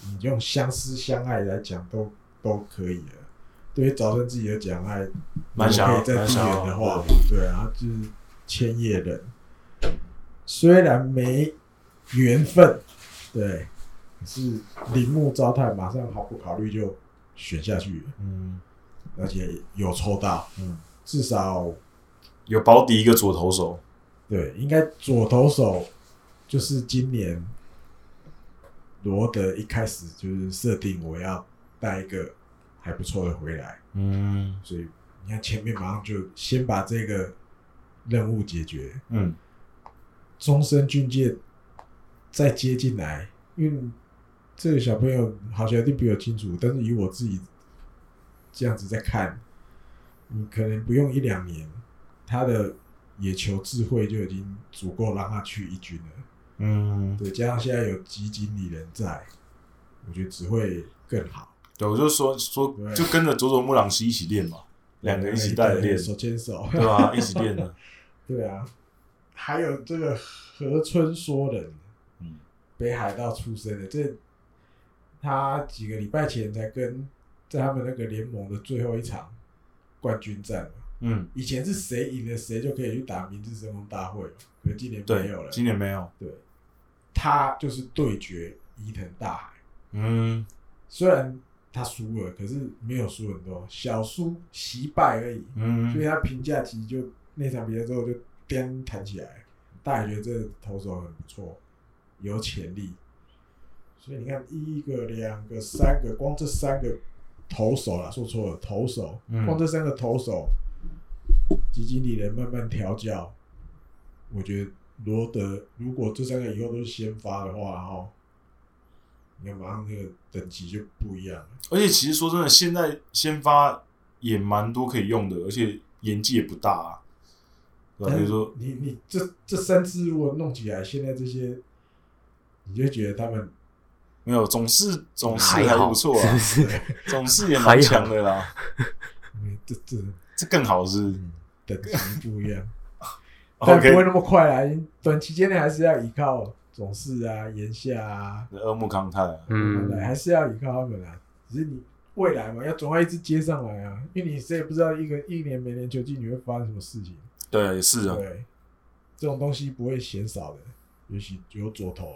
你用相思相爱来讲都可以了。对于早生自己的讲爱，
蛮想
可以在地缘的话，对啊，就是千叶人，虽然没缘分，对，可是铃木昭太马上毫不考虑就选下去了，而且有抽到，至少
有保底一个左投手，
对，应该左投手就是今年罗德一开始就是设定我要带一个还不错的回来，所以你看前面马上就先把这个任务解决，终身军舰再接进来，因为这个小朋友好像一定比我清楚，但是以我自己这样子在看，你可能不用1-2年，他的野球智慧就已经足够让他去一军了，对，加上现在有基经理人在，我觉得只会更好。
对，我就说就跟着佐佐木朗希一起练嘛，2个一起带着练，
手牵手，
对吧？一起练的。
对啊，还有这个河村说人，北海道出生的，这他几个礼拜前才在他们那个联盟的最后一场冠军战嘛，以前是谁赢了谁就可以去打明治神宫大会嘛，可是今年没有了，
今年没有，
对，他就是对决伊藤大海，虽然他输了，可是没有输很多，小输惜败而已，所以他评价其实就那场比赛之后就弹起来，大家觉得这个投手很不错，有潜力，所以你看1个、2个、3个，光这3个投手啦，说错了，投手，光这3个投手，基金理人慢慢调教，我觉得罗德如果这3个以后都是先发的话，你看马上那个等级就不一样了。
而且其实说真的，现在先发也蛮多可以用的，而且年纪也不大啊。比如说
你这3支如果弄起来，现在这些你就觉得他们
没有总是还不错啊，总是也蛮强的啦。这更好是
等级不一样，但不会那么快啦。短期间内还是要依靠总是啊、岩下啊、
二木康泰，
还是要依靠他们啊。只是你未来嘛，总要一直接上来啊，因为你谁也不知道一年每年球季你会发生什么事情。
对，也是啊。
对，这种东西不会嫌少的，尤其有左投。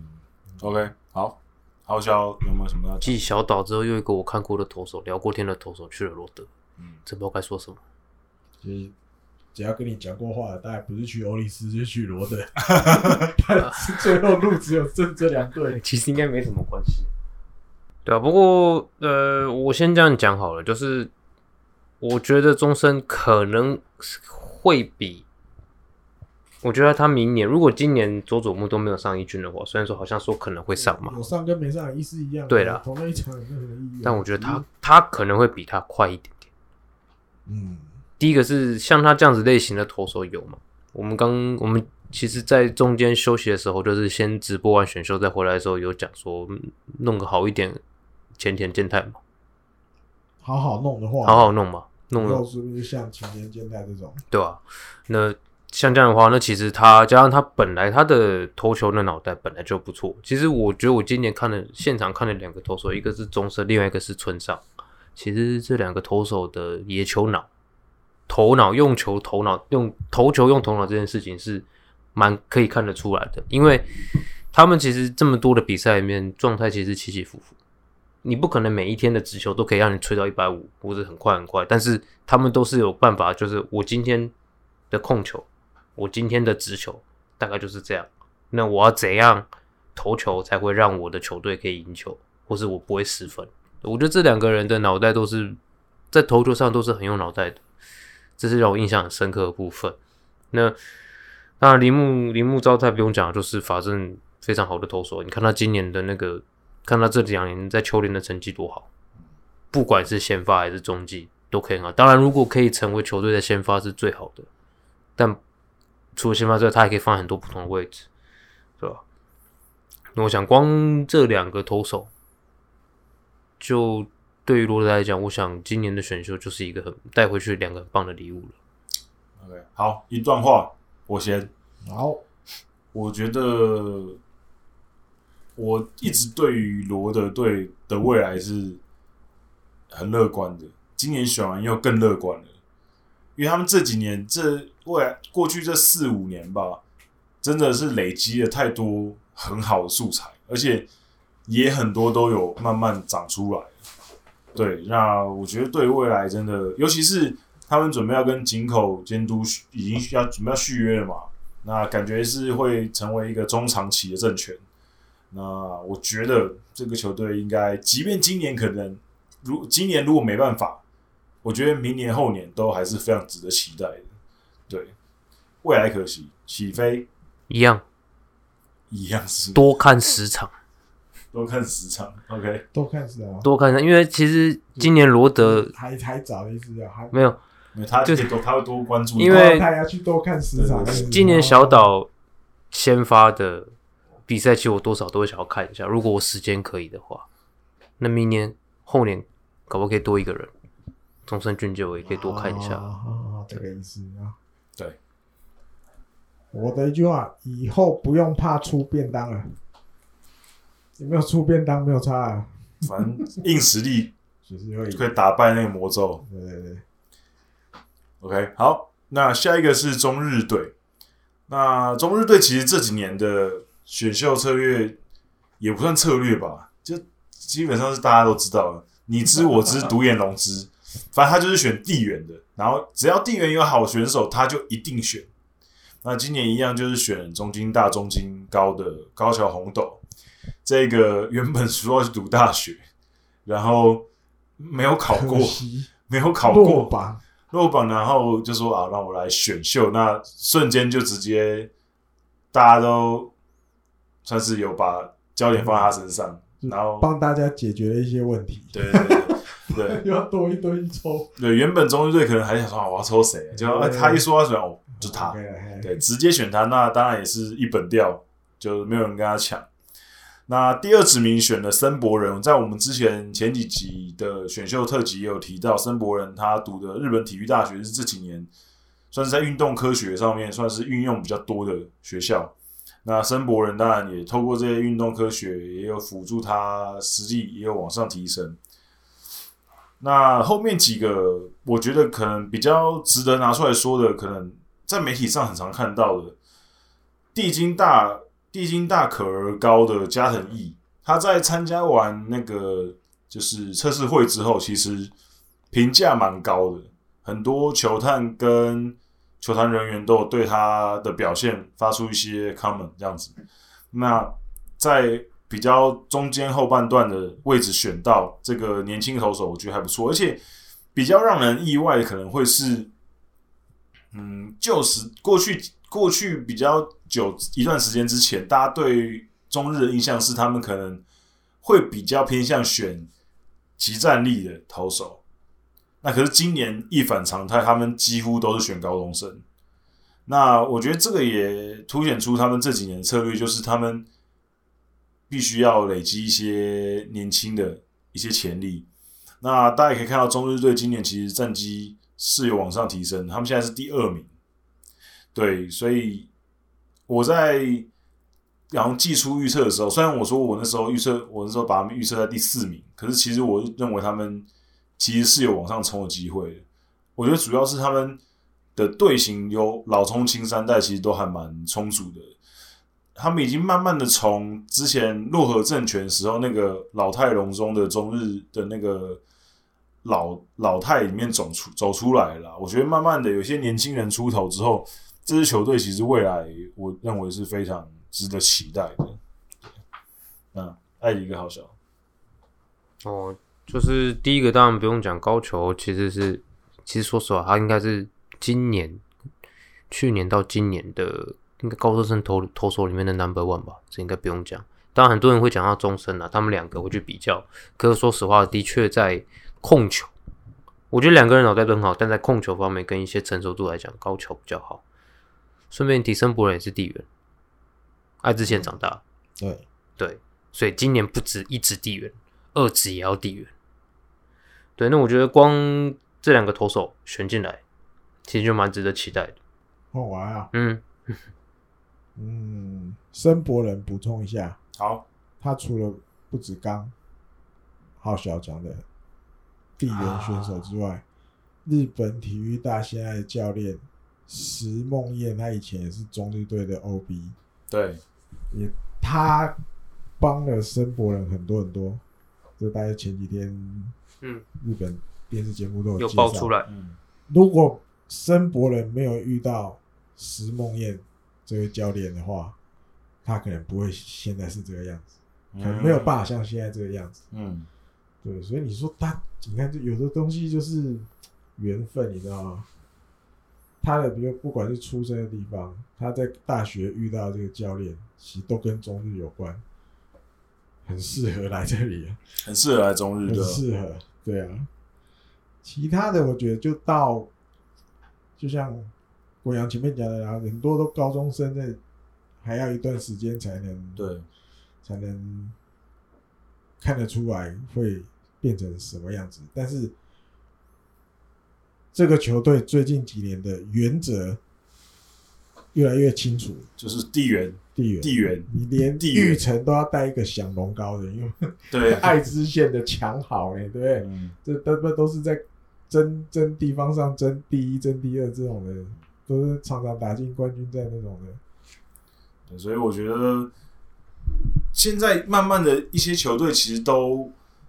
OK， 好，豪洨有没有什么要
继小岛之后，又一个我看过的投手，聊过天的投手去了罗德，真不知道该说什么。
就是只要跟你讲过话的，大概不是去欧力士，就是去罗德。他最后路只有这2队，
其实应该没什么关系。对啊，不过我先这样讲好了，就是我觉得中生可能会比，我觉得他明年如果今年佐佐木都没有上一军的话，虽然说好像说可能会上嘛，
有上跟没上意思一样，
对啦，
同一场有没有什么意义？
但我觉得他可能会比他快一点点。第一个是像他这样子类型的投手有嘛？我们其实在中间休息的时候，就是先直播完选秀再回来的时候，有讲说弄个好一点前田健太嘛，
好好弄的话，
好好弄嘛，弄
了是不是像前田健太这种？
对啊，那像这样的话，那其实他加上他本来他的投球的脑袋本来就不错。其实我觉得我今年现场看了2个投手，一个是中生，另外一个是村上。其实这2个投手的野球脑、头脑用球、头脑用投球用头脑这件事情是蛮可以看得出来的，因为他们其实这么多的比赛里面状态其实起起伏伏，你不可能每一天的直球都可以让你吹到150或者很快很快，但是他们都是有办法，就是我今天的控球，我今天的直球大概就是这样，那我要怎样投球才会让我的球队可以赢球，或是我不会失分。我觉得这2个人的脑袋都是在投球上都是很用脑袋的，这是让我印象很深刻的部分。那当然铃木昭太不用讲，就是法政非常好的投手，你看他今年的看他这2年在秋联的成绩多好，不管是先发还是中继都可以很好。当然如果可以成为球队的先发是最好的，但除了先发之外，他还可以放很多不同的位置，对吧？那我想光这2个投手，就对于罗德来讲，我想今年的选秀就是一个带回去2个很棒的礼物了。
OK， 好，一段话我先。
好，
我觉得我一直对于罗德队的未来是很乐观的，今年选完又更乐观了，因为他们这几年过去这4-5年吧，真的是累积了太多很好的素材，而且也很多都有慢慢长出来。对，那我觉得对未来真的，尤其是他们准备要跟井口监督已经准备要续约了嘛，那感觉是会成为一个中长期的政权。那我觉得这个球队应该，即便今年今年如果没办法，我觉得明年后年都还是非常值得期待的。对，未来可期，起飞
一样
是
多看10场。
多看10场 ，OK，
多看10场，
多看10场，因为其实今年罗德
还早的意思还
没有，
他会多关注，
因为
他要去多看10场。
今年小岛先发的比赛，其实我多少都会想要看一下。如果我时间可以的话，那明年后年搞不好可以多一个人，中森俊介我也可以多看一下。
这个意思啊。
对，
我的一句话，以后不用怕出便当了。有没有出便当没有差啊，
反正硬实力可以打败那个魔咒。
对。
OK， 好，那下一个是中日队。那中日队其实这几年的选秀策略也不算策略吧，就基本上是大家都知道了，你知我知，独眼龙知，反正他就是选地缘的，然后只要地缘有好选手，他就一定选。那今年一样就是选中京大、中京高的高桥宏斗。这个原本说要去读大学，然后没有考过，落榜，然后就说啊，让我来选秀，那瞬间就直接大家都算是有把焦点放在他身上，然后
帮大家解决了一些问题。
对，
又要多一堆抽。
对，原本中日队可能还想说我要抽谁，就他一说他选就他，对，直接选他，那当然也是一本调，就没有人跟他抢。那第2指名选了森博人，在我们前几集的选秀特辑也有提到，森博人他读的日本体育大学是这几年算是在运动科学上面算是运用比较多的学校。那森博人当然也透过这些运动科学，也有辅助他实力也有往上提升。那后面几个我觉得可能比较值得拿出来说的，可能在媒体上很常看到的，地京大可儿高的加藤义，他在参加完那个就是测试会之后，其实评价蛮高的，很多球探跟球坛人员都有对他的表现发出一些 comment 这样子。那在比较中间后半段的位置选到这个年轻投手，我觉得还不错，而且比较让人意外的可能会是，就是过去比较久一段时间之前，大家对中日的印象是他们可能会比较偏向选即战力的投手，那可是今年一反常态，他们几乎都是选高中生。那我觉得这个也凸显出他们这几年的策略，就是他们必须要累积一些年轻的一些潜力。那大家也可以看到，中日队今年其实战绩是有往上提升，他们现在是第2名。对，所以我在然后季初预测的时候，虽然我说我那时候把他们预测在第4名，可是其实我认为他们其实是有往上冲的机会的。我觉得主要是他们的队形有老中青3代，其实都还蛮充足的。他们已经慢慢的从之前洛河政权时候那个老态龙钟的中日的那个老态里面走出来了。我觉得慢慢的有些年轻人出头之后，这支球队其实未来我认为是非常值得期待的。艾迪跟好小
就是第一个当然不用讲，高球其实说实话，他应该是去年到今年的应该高中生投手里面的 No.1 吧，这应该不用讲。当然很多人会讲到中生他们2个会去比较，可是说实话，的确在控球，我觉得2个人脑袋都很好，但在控球方面跟一些成熟度来讲，高球比较好。顺便提森博人也是地缘，爱知县长大，对，所以今年不止1支地缘，2支也要地缘。对，那我觉得光这2个投手选进来，其实就蛮值得期待的。
好玩啊！森博人补充一下，
好，
他除了不止刚浩小讲的地缘选手之外，日本体育大现在的教练石梦彦，他以前也是中日队的 OB，
对，
他帮了申博仁很多很多，这大概前几天日本电视节目都有介绍
爆出来。
如果申博仁没有遇到石梦彦这位教练的话，他可能不会现在是这个样子，可能没有办法像现在这个样子。对，所以你说你看有的东西就是缘分，你知道吗？他的比如不管是出生的地方，他在大学遇到这个教练，其实都跟中日有关，很适合来这里，
很适合来中日的，
很适合。对啊，其他的我觉得就像国阳前面讲的，很多都高中生在还要一段时间才能看得出来会变成什么样子。但是这个球队最近几年的原则越来越清楚，
就是地缘，
你连玉成都要带一个响龙高的，因为对爱知县的强好对不对？这都是在争地方上争第一、争第二这种的，都是常常打进冠军战那种的。
对，所以我觉得现在慢慢的一些球队其实都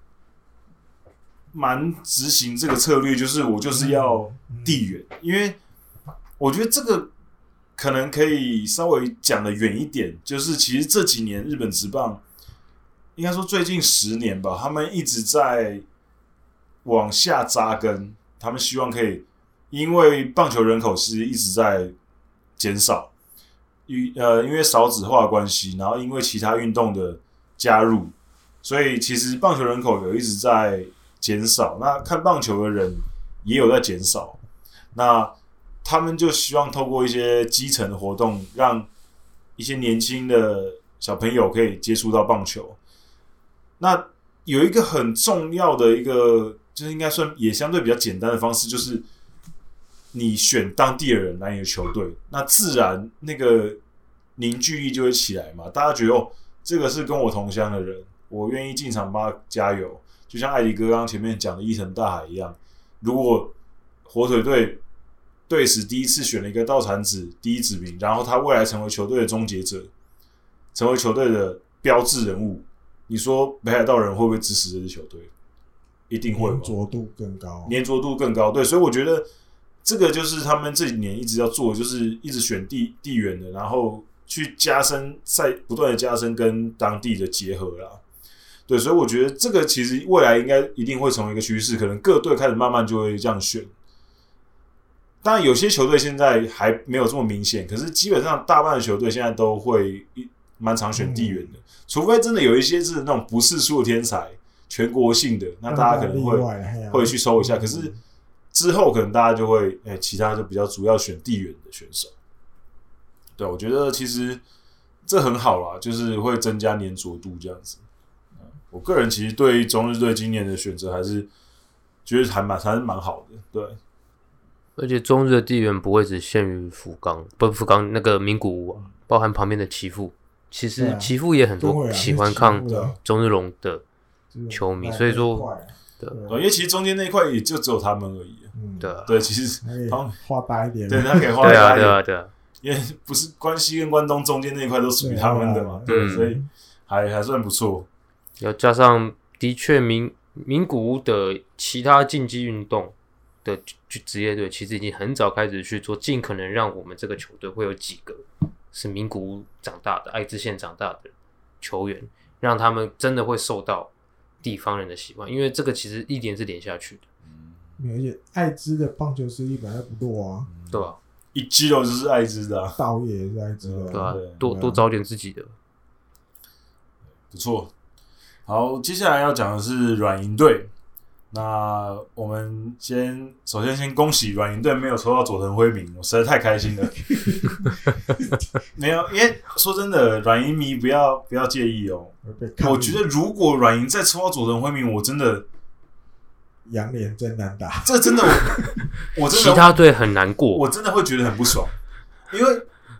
蛮执行这个策略，就是我就是要地缘，因为我觉得这个可能可以稍微讲的远一点，就是其实这几年日本职棒，应该说最近10年吧，他们一直在往下扎根，他们希望可以，因为棒球人口其实一直在减少，因为少子化的关系，然后因为其他运动的加入，所以其实棒球人口有一直在减少，那看棒球的人也有在减少，那他们就希望透过一些基层的活动，让一些年轻的小朋友可以接触到棒球。那有一个很重要的一个，就是应该算也相对比较简单的方式，就是你选当地的人来你的球队，那自然那个凝聚力就会起来嘛。大家觉得这个是跟我同乡的人，我愿意进场帮他加油。就像艾迪哥刚刚前面讲的伊藤大海一样，如果火腿队队史第一次选了一个稻产子第一指名，然后他未来成为球队的终结者，成为球队的标志人物，你说北海道人会不会支持这支球队？一定会，
粘着度更高，
粘着度更高。对，所以我觉得这个就是他们这几年一直要做的，就是一直选地缘的，然后去加深不断的加深跟当地的结合啦。对，所以我觉得这个其实未来应该一定会成为一个趋势，可能各队开始慢慢就会这样选。当然，有些球队现在还没有这么明显，可是基本上大半的球队现在都会蛮常选地缘的，除非真的有一些是那种不世出的天才，全国性的，那大家可能会去搜一下。可是之后可能大家就会，其他就比较主要选地缘的选手。对，我觉得其实这很好啦，就是会增加粘着度这样子。我个人其实对中日队今年的选择还是觉得还是蛮好的，对。
而且中日的地缘不会只限于福冈那个名古屋啊，包含旁边的岐阜，其实岐阜也很多喜欢看中日龙的球迷，所以说，
对，因为其实中间那一块也就只有他们而已，对，其实
他画大一点，
对，他可以画大一点，
对啊，
因为不是关西跟关东中间那一块都属于他们的嘛，对，所以还算不错。
要加上的确名古屋的其他竞技运动的职业队，其实已经很早开始去做，尽可能让我们这个球队会有几个是名古屋长大的、爱知县长大的球员，让他们真的会受到地方人的喜欢，因为这个其实一点是连下去的。
而且爱知的棒球实力本来不弱啊，
对吧？
一基隆就是爱知的，
道业也是爱知的，
对吧？多找点自己的，
不错。好，接下来要讲的是软银队。那我们首先先恭喜软银队没有抽到佐藤辉明，我实在太开心了。没有，因为说真的，软银迷不要介意哦。我觉得如果软银再抽到佐藤辉明，我真的
洋脸真难打。
这真的我真的
其他队很难过，
我真的会觉得很不爽，因为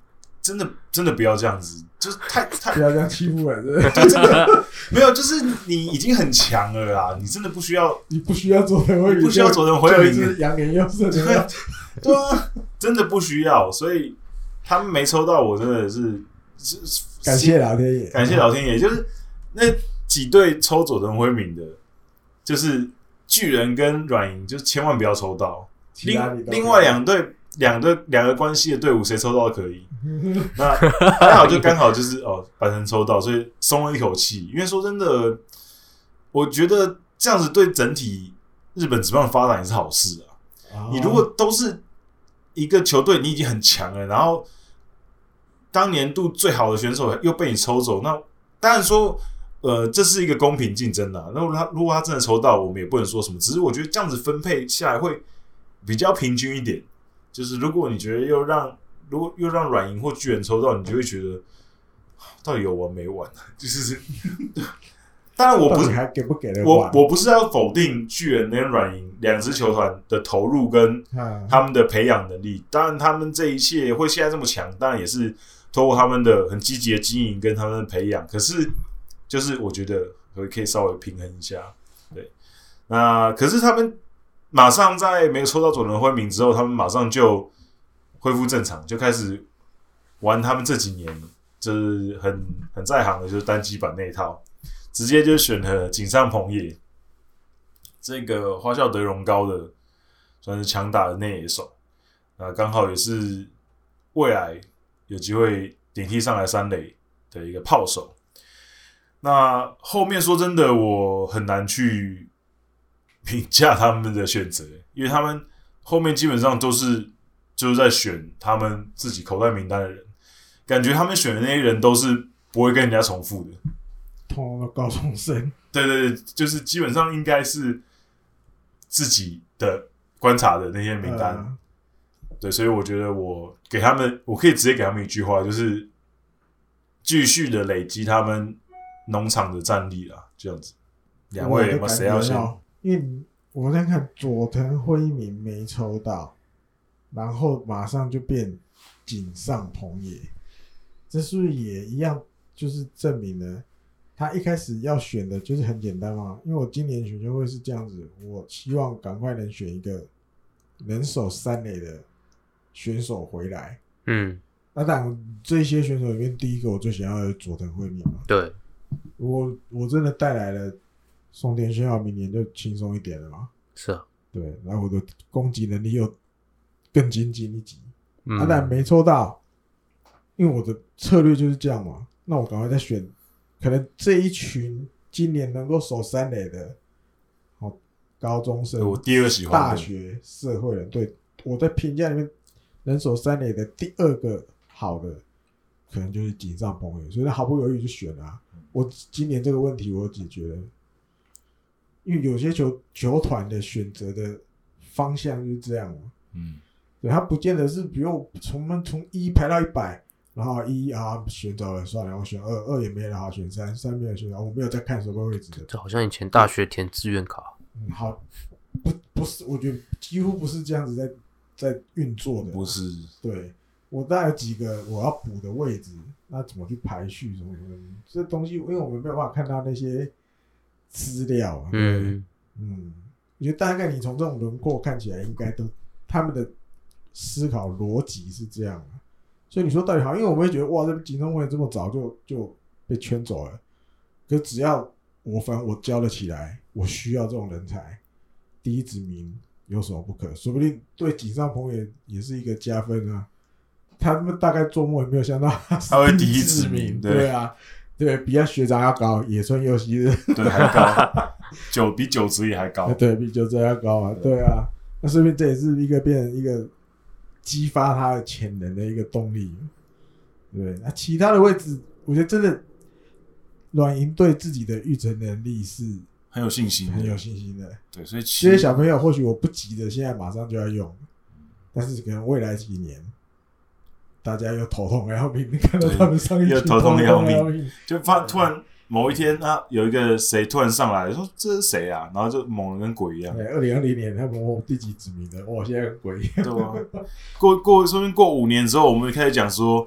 真的不要这样子，就是太
不要这样欺负人，
就真的没有，就是你已经很强了啦，你真的不需要
佐藤辉明，
不需要佐藤辉明，
就是扬言要射的，
对啊，真的不需要，所以他们没抽到，我真的是
感谢老天爷，
感谢老天爷，就是那几队抽佐藤辉明的，就是巨人跟软银，就千万不要抽到，另外两个关系的队伍谁抽到可以，那还好就刚好就是阪神抽到，所以松了一口气。因为说真的，我觉得这样子对整体日本职棒的发展也是好事啊。你如果都是一个球队，你已经很强了，然后当年度最好的选手又被你抽走，那当然说这是一个公平竞争啊。那如果他真的抽到，我们也不能说什么，只是我觉得这样子分配下来会比较平均一点。就是如果你觉得又让软银或巨人抽到，你就会觉得到底有完没完？就是当然我不是
还给不给了
我不是要否定巨人跟软银两支球团的投入跟他们的培养能力，当然他们这一切会现在这么强，当然也是透过他们的很积极的经营跟他们的培养。可是就是我觉得可以稍微平衡一下，对。那可是他们马上在没有抽到佐藤辉明之后，他们马上就恢复正常，就开始玩他们这几年就是很在行的，就是单机版那一套，直接就选了井上朋也这个花孝德荣高的，算是强打的内野手，刚好也是未来有机会顶替上来三垒的一个炮手。那后面说真的，我很难去评价他们的选择，因为他们后面基本上就是在选他们自己口袋名单的人，感觉他们选的那些人都是不会跟人家重复的，
同的高中生，
对，就是基本上应该是自己的观察的那些名单，对，所以我觉得我可以直接给他们一句话，就是继续的累积他们农场的战力啦，这样子。两位谁要先？
因为我在看佐藤辉明没抽到，然后马上就变井上朋也，这是不是也一样？就是证明了他一开始要选的就是很简单嘛。因为我今年选秀会是这样子，我希望赶快能选一个能守三垒的选手回来。那当然这些选手里面，第一个我最想要的佐藤辉明嘛。
对，
我真的带来了松田宣浩，明年就轻松一点了嘛。
是啊，
对，然后我的攻击能力又更精进一级。当然没抽到，因为我的策略就是这样嘛。那我赶快再选，可能这一群今年能够守三垒的，高中生，
我第二喜欢
大学社会人，对，我在评价里面能守三垒的第二个好的，可能就是井上朋也，所以他毫不犹豫就选了啊。我今年这个问题我解决了，因为有些球团的选择的方向就是这样嘛。对，他不见得是比如从1排到100。然后1选走了算了，我选2也没了，好选3没有选，我没有在看什么位置的。
这好像以前大学填志愿卡。
好，不是，我觉得几乎不是这样子在运作的。
不是，对，
我大概有几个我要补的位置，那怎么去排序什么的，这东西因为我们没有办法看到那些资料。我觉得大概你从这种轮廓看起来，应该都他们的思考逻辑是这样的。所以你说到底好，因为我们会觉得哇，这井上朋也这么早就被圈走了。可是只要反正我教了起来，我需要这种人才，第一指名有什么不可？说不定对井上朋也是一个加分啊。他们大概做梦也没有想到
他会第一指名，
对啊，对，比他学长要高，野村佑希的，
对，还高，比九子也还高，
对，比九子还要高啊，对啊。那说不定这也是变成一个激发他的潜能的一个动力，对。那其他的位置，我觉得真的软银对自己的预测能力是
很有信心
的，
对。所以这
些小朋友或许我不急着现在马上就要用，但是可能未来几年，大家又头痛要命，看到他们上一群
又头痛要命，就突然某一天有一个谁突然上来说这是谁啊，然后就猛人跟鬼一样。
2020年他们第几指名的，现在跟鬼一样。
对啊，说不定过5年之后，我们开始讲说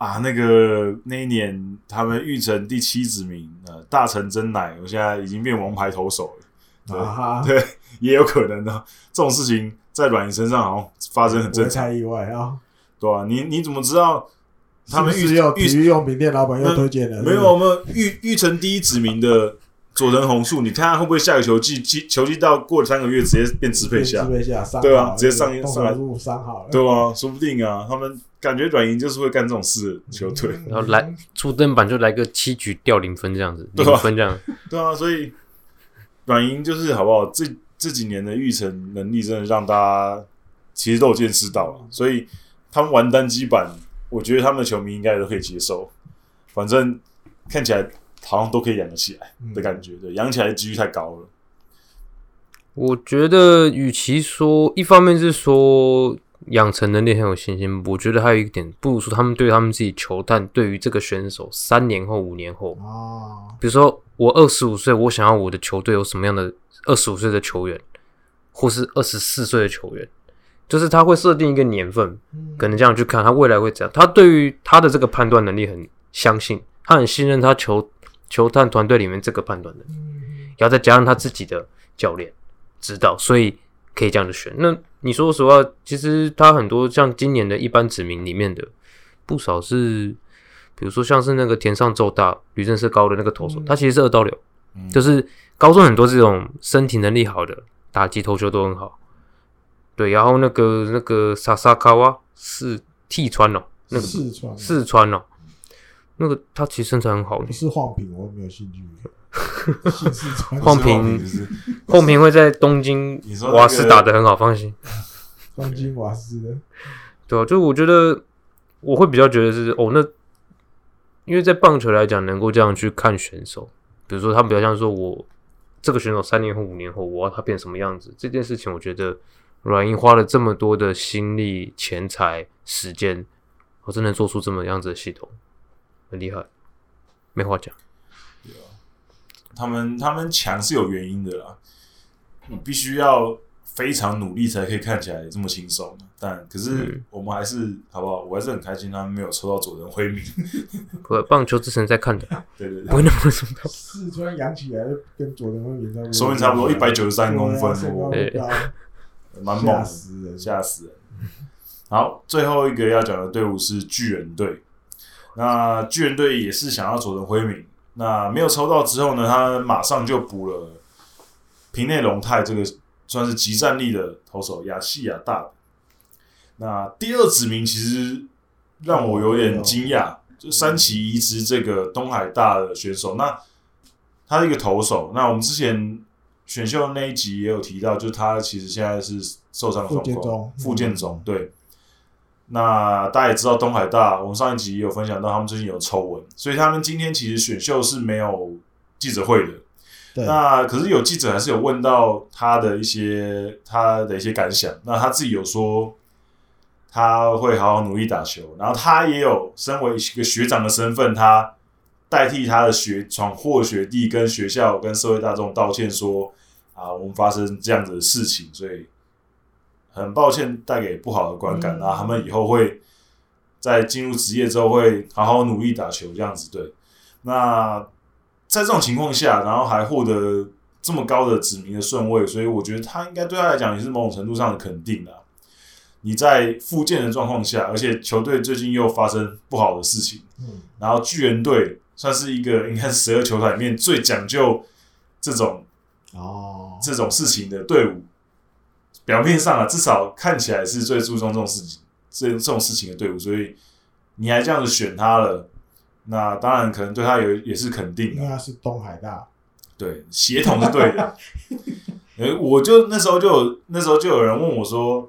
啊，那一年他们育成第7指名大城真乃，我现在已经变王牌投手了。对，也有可能的。这种事情在软银身上好像发生很正常，
不会太意外啊。
对啊，你怎么知道他们
体育用品店老板又推荐了？
没有，我们育成第1指名的佐藤弘树，你看他会不会下个球季到过了3个月直接变支配下？对啊，直接上来
伤好了，
对啊，说不定啊，他们感觉软银就是会干这种事的球队。
然后来初登板就来个7局掉0分这样子，0分这样。
对啊，所以软银就是好不好？这几年的育成能力真的让大家其实都有见识到了，所以他们玩单机版，我觉得他们的球迷应该都可以接受。反正看起来好像都可以养得起来的感觉，对，养起来的几率太高了。
我觉得，与其说一方面是说养成能力很有信心，我觉得还有一点，不如说他们对他们自己球探，对于这个选手3年后、5年后，比如说我25岁，我想要我的球队有什么样的25岁的球员，或是24岁的球员，就是他会设定一个年份，可能这样去看他未来会怎样。他对于他的这个判断能力很相信，他很信任他球探团队里面这个判断能力，然后再加上他自己的教练指导，所以可以这样子选。那你说实话，其实他很多像今年的一般指名里面的不少是，比如说像是那个田上宙大、吕政社高的那个投手，他其实是2刀流，就是高中很多这种身体能力好的，打击投球都很好。对，然后那个萨萨卡瓦是替川哦，那个四川哦，那个他其实身材很好。
不是晃平，我没有兴趣。
晃平会在东京瓦斯打得很好，放心。
东京瓦斯的，
对啊，就我觉得我会比较觉得是那因为在棒球来讲，能够这样去看选手，比如说他们比较像说我这个选手3年后、5年后，我要他变什么样子，这件事情，我觉得软银花了这么多的心力、钱财、时间，我真的做出这么样子的系统，很厉害，没话讲。
他们强是有原因的啦，你必须要非常努力才可以看起来这么轻松。但可是我们还是好不好？我还是很开心，他们没有抽到佐藤辉明。
不，棒球之神在看的，
对，
不会那么重要。
四川养起来跟佐藤辉明差不多，
说明差不多193公分，蛮猛的，吓死人。好，最后一个要讲的队伍是巨人队。那巨人队也是想要佐藤辉明。那没有抽到之后呢，他马上就补了平内龙太这个算是极战力的投手亚细亚大。那第2指名其实让我有点惊讶，就山崎移植这个东海大的选手。那他是一个投手，那我们之前选秀那一集也有提到，就是他其实现在是受伤的状况，复健中，对。那大家也知道东海大，我们上一集也有分享到他们最近有抽文，所以他们今天其实选秀是没有记者会的。那可是有记者还是有问到他的一些感想，那他自己有说他会好好努力打球，然后他也有身为一个学长的身份，他代替他的闯祸学弟跟学校跟社会大众道歉说我们发生这样子的事情，所以很抱歉带给不好的观感，然后他们以后会在进入职业之后会好好努力打球这样子。对，那在这种情况下，然后还获得这么高的指名的顺位，所以我觉得他应该对他来讲也是某种程度上的肯定啦。你在复健的状况下，而且球队最近又发生不好的事情，然后巨人队算是一个应该是12球团里面最讲究这种事情的队伍。表面上至少看起来是最注重这种事情的队伍，所以你还这样子选他了，那当然可能对他也是肯定的。
因为他是东海大，
对，协同是对的。我就那时候就有人问我说，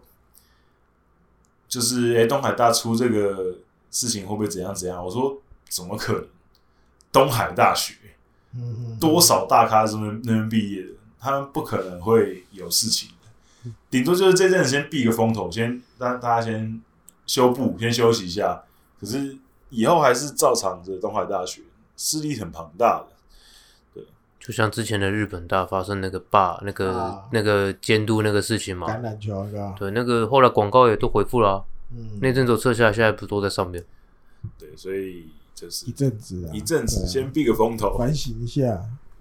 就是东海大出这个事情会不会怎样？我说怎么可能？东海大学，多少大咖是那边毕业的，他们不可能会有事情。顶多就是这阵子先避个风头，先让大家先休步，先休息一下。可是以后还是照常着东海大学，势力很庞大的。对，
就像之前的日本大发生那个那个监督那个事情嘛，
橄榄球
对，那个后来广告也都回复了那阵子撤下来，现在不是都在上面？
对， 所以就是
一阵子
先避个风头，
反省一下。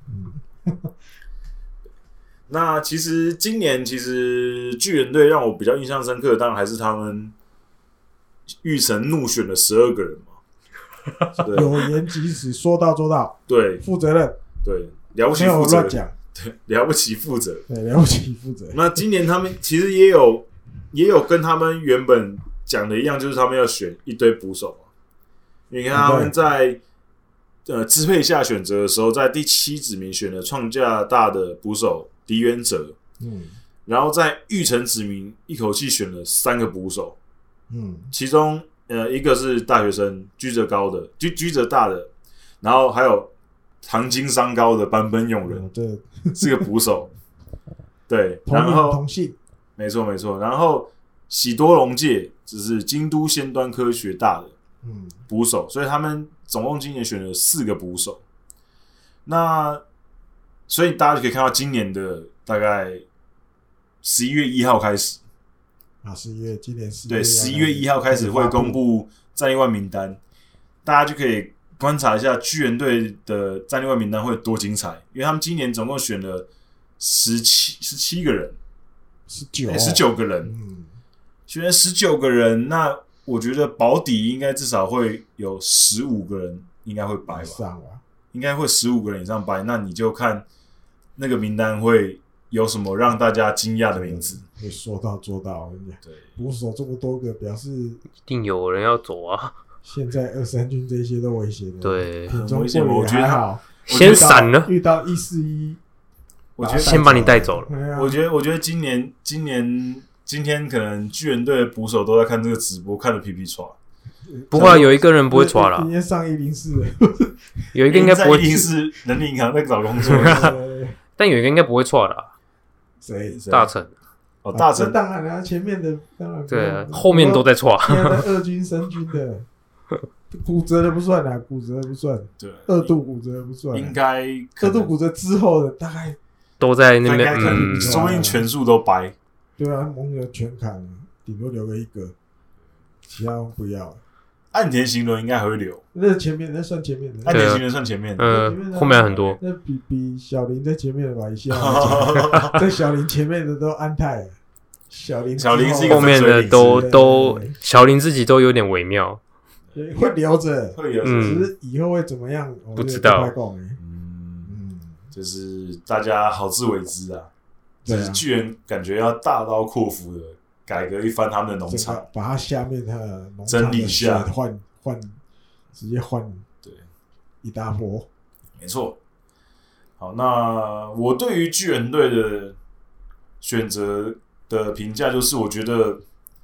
那其实今年巨人队让我比较印象深刻的，当然还是他们育成怒选了12个人嘛。
有言及实，说到做到，
对，
负责任，
对，了不起负责，
乱讲，
对，了不起负责，
对，了不起负责。
那今年他们其实也有跟他们原本讲的一样，就是他们要选一堆捕手嘛。你看他们在支配下选择的时候，在第7指名选了创价大的捕手狄元哲，然后在育成指名一口气选了3个捕手，其中一个是大学生居泽大的，然后还有唐金商高的坂本勇人，
对，
是个捕手，对，然后同姓，没错，然后喜多隆介只是京都先端科学大的捕手，所以他们总共今年选了4个捕手。那所以大家就可以看到今年的大概11月1号开始
今年
11月1号开始会公布战力外名单，大家就可以观察一下巨人队的战力外名单会多精彩，因为他们今年总共选了17个人，19个人，选了19个人，那我觉得保底应该至少会有15个人应该会掰吧，应该会15个人以上掰，那你就看那个名单会有什么让大家惊讶的名字。
会说到做到，我跟你讲，对，捕手这么多个，表示一
定有人要走啊。
现在23军这些都危险的，
对，
很危险。我觉得好，
先闪了，
遇到141，
我觉得
先把你带走了。
我觉得今天可能巨人队的捕手都在看这个直播，看得皮皮唰。
不会有一个人不会唰了，
今天上104了，
有一个应该不会
104人力银行在找工作，
但有一个应该不会唰了。
谁？
大成。
大成
当然了，前面的当然
对，后面都在唰。
现在2军、3军的骨折的不算啦，对，2度骨折不算，
应该
2度骨折之后的大概
都在那边，
说不定全数都掰。
对啊，蒙牛全砍了，顶多留个1个，其他不要了。
岸田行轮应该还会留，
那前面那算前面的，
岸田行轮算前面的，
后面很多，
那比小林在前面的吧一下，在小林前面的都安泰了，小林是
一个
后面的都小林自己都有点微妙，
会留着，只是以后会怎么样
不知道，
就是大家好自为之啊，就是巨人感觉要大刀阔斧的改革一番他们的农场，
把他下面他的农场
整理一下，
直接换，对，一大波，
没错。好，那我对于巨人队的选择的评价就是，我觉得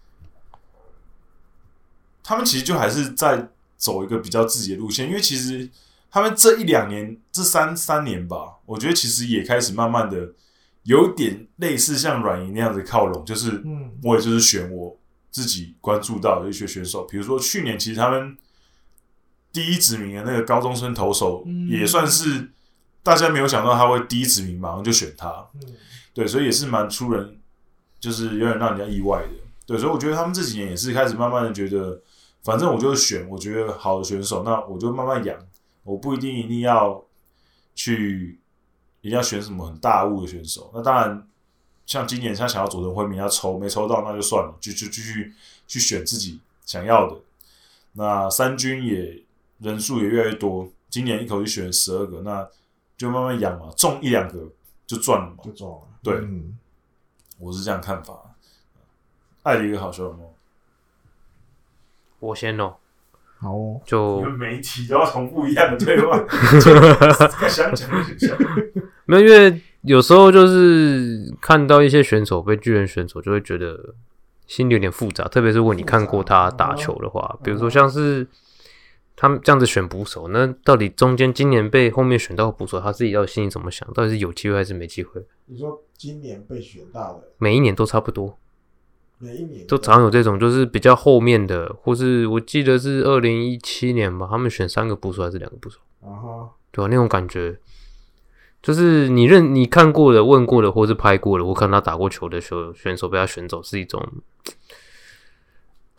他们其实就还是在走一个比较自己的路线，因为其实他们这1-2年，这三年吧，我觉得其实也开始慢慢的。有点类似像软银那样子靠拢，就是我也就是选我自己关注到的一些选手，比如说去年其实他们第1指名的那个高中生投手，也算是大家没有想到他会第1指名马上就选他，对，所以也是蛮出人，就是有点让人家意外的，对，所以我觉得他们这几年也是开始慢慢的觉得，反正我就选我觉得好的选手，那我就慢慢养，我不一定要一定要选什么很大物的选手，那当然，像今年他想要佐藤辉明要抽没抽到那就算了，就继续去选自己想要的。那3军也人数也越来越多，今年一口气选了12个，那就慢慢养嘛，中1-2个就赚了嘛，
就中了。
对，我是这样看法。艾迪一个好说吗？
我先哦。
好哦，
就媒体都要重复一样的对话，想讲就讲。
没有，因为有时候就是看到一些选手被巨人选走，就会觉得心里有点复杂。特别是如果你看过他打球的话，比如说像是他们这样子选捕手，那到底中间今年被后面选到捕手，他自己到底心里怎么想？到底是有机会还是没机会？
你说今年被选到的，
每一年都差不多。
每一年
都常有这种，就是比较后面的，或是我记得是2017年吧，他们选3个捕手还是2个捕手，对吧？那种感觉，就是你看过的、问过的，或是拍过的，或看他打过球的选手被他选走，是一种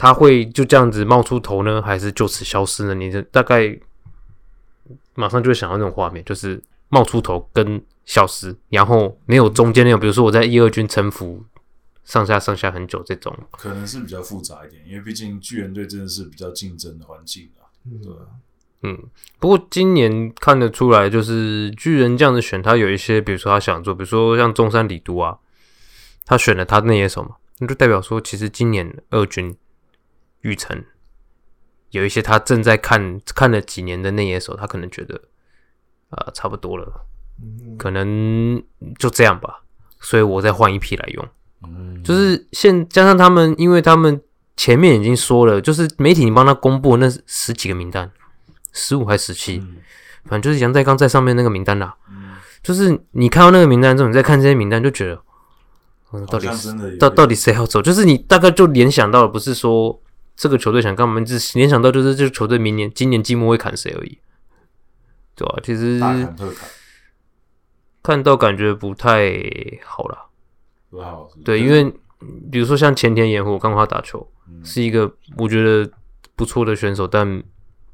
他会就这样子冒出头呢，还是就此消失呢？你大概马上就会想到那种画面，就是冒出头跟消失，然后没有中间那种，比如说我在1、2军沉浮上下很久这种，
可能是比较复杂一点，因为毕竟巨人队真的是比较竞争的环境啊，对啊。
不过今年看得出来，就是巨人这样子选，他有一些，比如说他想做，比如说像中山李都啊，他选了他内野手嘛，那就代表说，其实今年2军育成有一些他正在看了几年的内野手，他可能觉得差不多了，可能就这样吧，所以我再换一批来用。就是加上他们，因为他们前面已经说了，就是媒体你帮他公布那10几个名单，15还17，反正就是杨再刚在上面那个名单啦。就是你看到那个名单之后，你再看这些名单，就觉得，到底谁要走？就是你大概就联想到了，不是说这个球队想干嘛，只联想到就是这个球队今年季末会砍谁而已，对吧？其实
大砍特砍，
看到感觉不太好啦。
不好，
对，因为比如说像前田延虎，我看过他打球，是一个我觉得不错的选手，但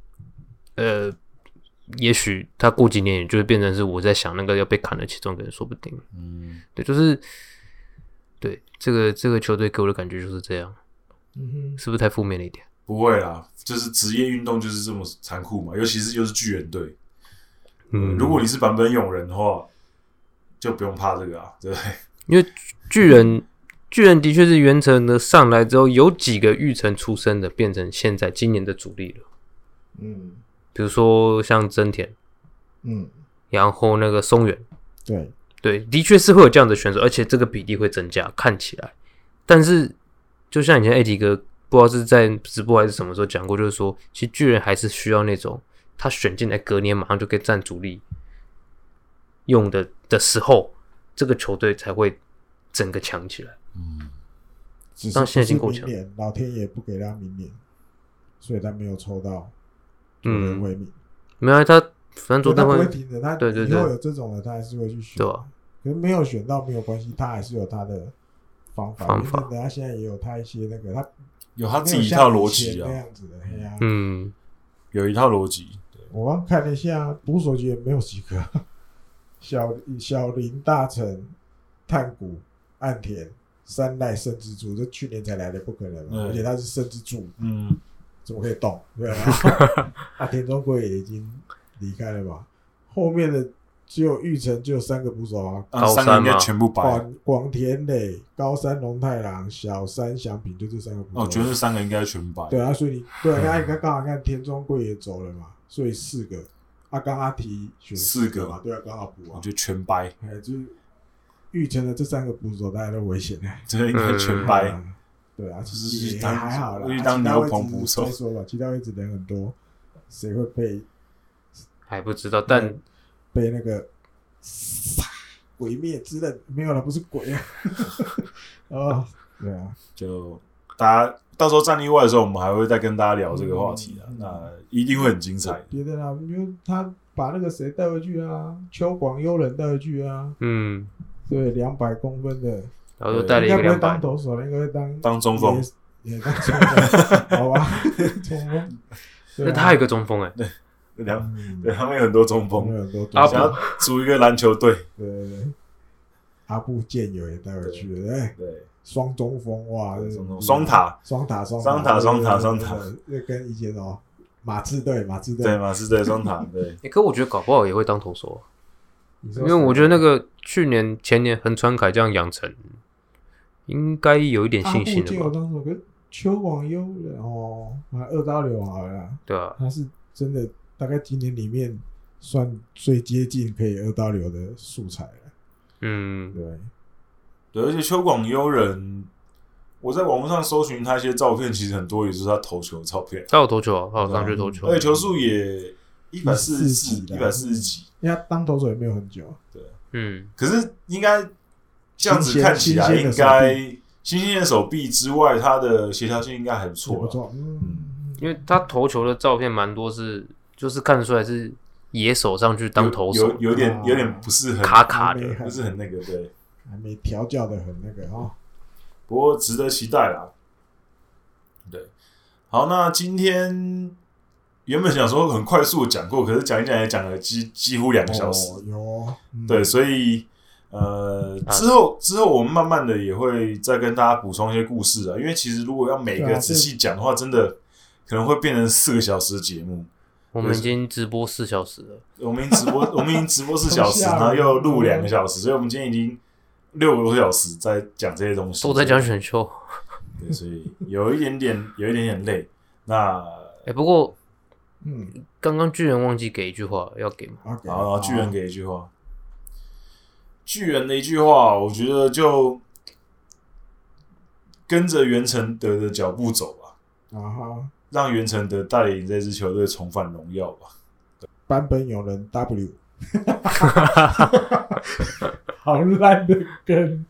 也许他过几年也就会变成是我在想那个要被砍的其中一个人，说不定。对，就是对这个球队给我的感觉就是这样，是不是太负面了一点？
不会啦，就是职业运动就是这么残酷嘛，尤其是又是巨人队。如果你是坂本勇人的话，就不用怕这个啊，对不对？
因为巨人的确是原成的上来之后，有几个育成出身的变成现在今年的主力了。比如说像真田，然后那个松原，对，的确是会有这样的选手，而且这个比例会增加，看起来。但是就像以前 AT 哥不知道是在直播还是什么时候讲过，就是说，其实巨人还是需要那种他选进来隔年马上就可以站主力用的时候，这个球队才会整个强起来。
只是现在已经够强，老天爷不给他明年，所以他没有抽到佐藤辉明。
没有他，反正
他不会停的，他
对
以后有这种的，他还是会去选。对啊，可是没有选到没有关系，他还是有他的方法。等他现在也有他一些那个，他
有他自己一套逻辑啊，
那样子的，
有一套逻辑。
我刚看了一下，捕手局也没有几个。小林、大成、炭谷、岸田、三代、圣之助，这去年才来的，不可能嘛！而且他是圣之助，怎么可以动？对啊，田中圭也已经离开了嘛。后面的只有玉成，就有3个捕手啊，
高山
应该全部白。
广田磊、高山龙太郎、小山祥平，就这3个捕手。
我觉得这3个应该全白。
对啊，所以你刚好看田中圭也走了嘛，所以4个。阿提选4个嘛，对啊，刚好补啊。
我觉得全掰，
就是玉成的这3个捕手，大家都危险
这应该全掰。
对啊，其实也还好啦。
当牛棚捕手
再说吧，其他位置人很多，谁会被
还不知道，但
被那个鬼灭之刃没有了，不是鬼啊。对啊，
就大家。到时候战力外的时候，我们还会再跟大家聊这个话题那一定会很精彩。
别的啦，因为他把那个谁带回去啊，秋广优人带回去啊。对，200公分的，
然后就带了一个200。
应该不会当投手，应该会
当中锋，
也当中锋，好吧？中锋，
那他有一个中锋
对，他们有很多中锋，
想
要组一个篮球队。
对，阿布健友也带回去了，对。双中锋哇，
双塔，
那跟以前马刺队，
对马刺队双塔，对。
可我觉得搞不好也会当投手因为我觉得那个去年前年横川凯这样养成，应该有一点信心的吧。
阿布当手，可是秋广优的2刀流好了，
对啊，
他是真的大概今年里面算最接近可以2刀流的素材了。
对，而且秋广优人，我在网络上搜寻他一些照片，其实很多也是他投球的照片。
他有投球啊，他有上去投球，
而且球速也140几，
因为他当投手也没有很久。
对，可是应该这样子看起来，应该新鲜的手臂之外，他的协调性应该还不错。
因为他投球的照片蛮多就是看得出来是野手上去当投手，
有点不是很
卡的，
不是很那个，对。
还没调教的很那个
不过值得期待啦。对， 好，那今天原本想说很快速的讲过，可是讲一讲也讲了几乎2个小时。对，所以之后我们慢慢的也会再跟大家补充一些故事啊，因为其实如果要每个仔细讲的话，真的可能会变成4个小时的节目。
我们已经直播4小时了，
我们已经直播4小时，然后又录2个小时，所以我们今天已经6个多小时在讲这些东西，
都在讲选秀。
对，所以有一点点累。那
不过，刚刚巨人忘记给一句话，要给吗？
好，巨人给一句话。巨人的一句话，我觉得就跟着袁成德的脚步走吧。让袁成德带领这支球队重返荣耀吧。
版本有人 W， 好烂的梗。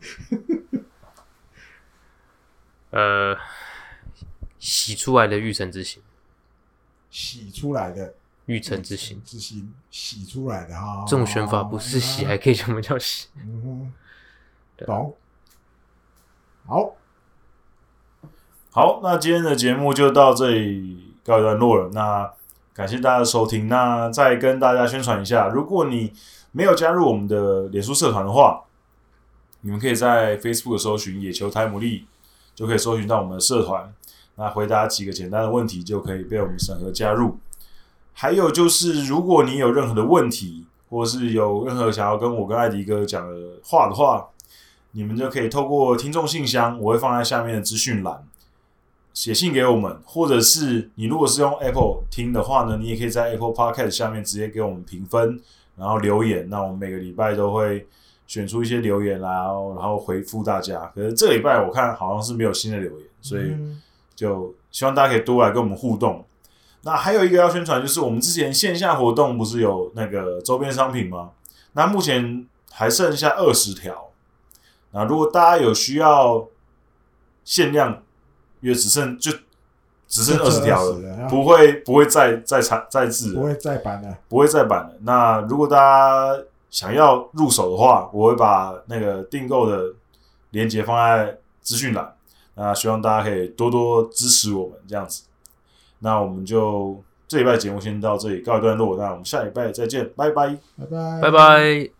洗出来的玉成之心，
洗出来的
玉成之心，
洗出来的哈。
这种选法不是洗，还可以什么叫洗？
懂。
好，那今天的节目就到这里告一段落了。那感谢大家的收听。那再跟大家宣传一下，如果你没有加入我们的脸书社团的话，你们可以在 Facebook 搜寻野球台牡蛎，就可以搜寻到我们的社团。那回答几个简单的问题，就可以被我们审核加入。还有就是，如果你有任何的问题，或是有任何想要跟我跟艾迪哥讲的话，你们就可以透过听众信箱，我会放在下面的资讯栏，写信给我们，或者是你如果是用 Apple 听的话呢，你也可以在 Apple Podcast 下面直接给我们评分，然后留言。那我们每个礼拜都会选出一些留言来，然后回复大家。可是这个礼拜我看好像是没有新的留言，所以就希望大家可以多来跟我们互动。那还有一个要宣传，就是我们之前线下活动不是有那个周边商品吗？那目前还剩下20条。那如果大家有需要限量，因为只剩20条了，不会再制了，
不会再版了，
不会再版了。那如果大家想要入手的话，我会把那个订购的链接放在资讯栏。那希望大家可以多多支持我们这样子。那我们就这礼拜节目先到这里告一段落，那我们下礼拜再见，拜拜，
拜拜，
拜拜。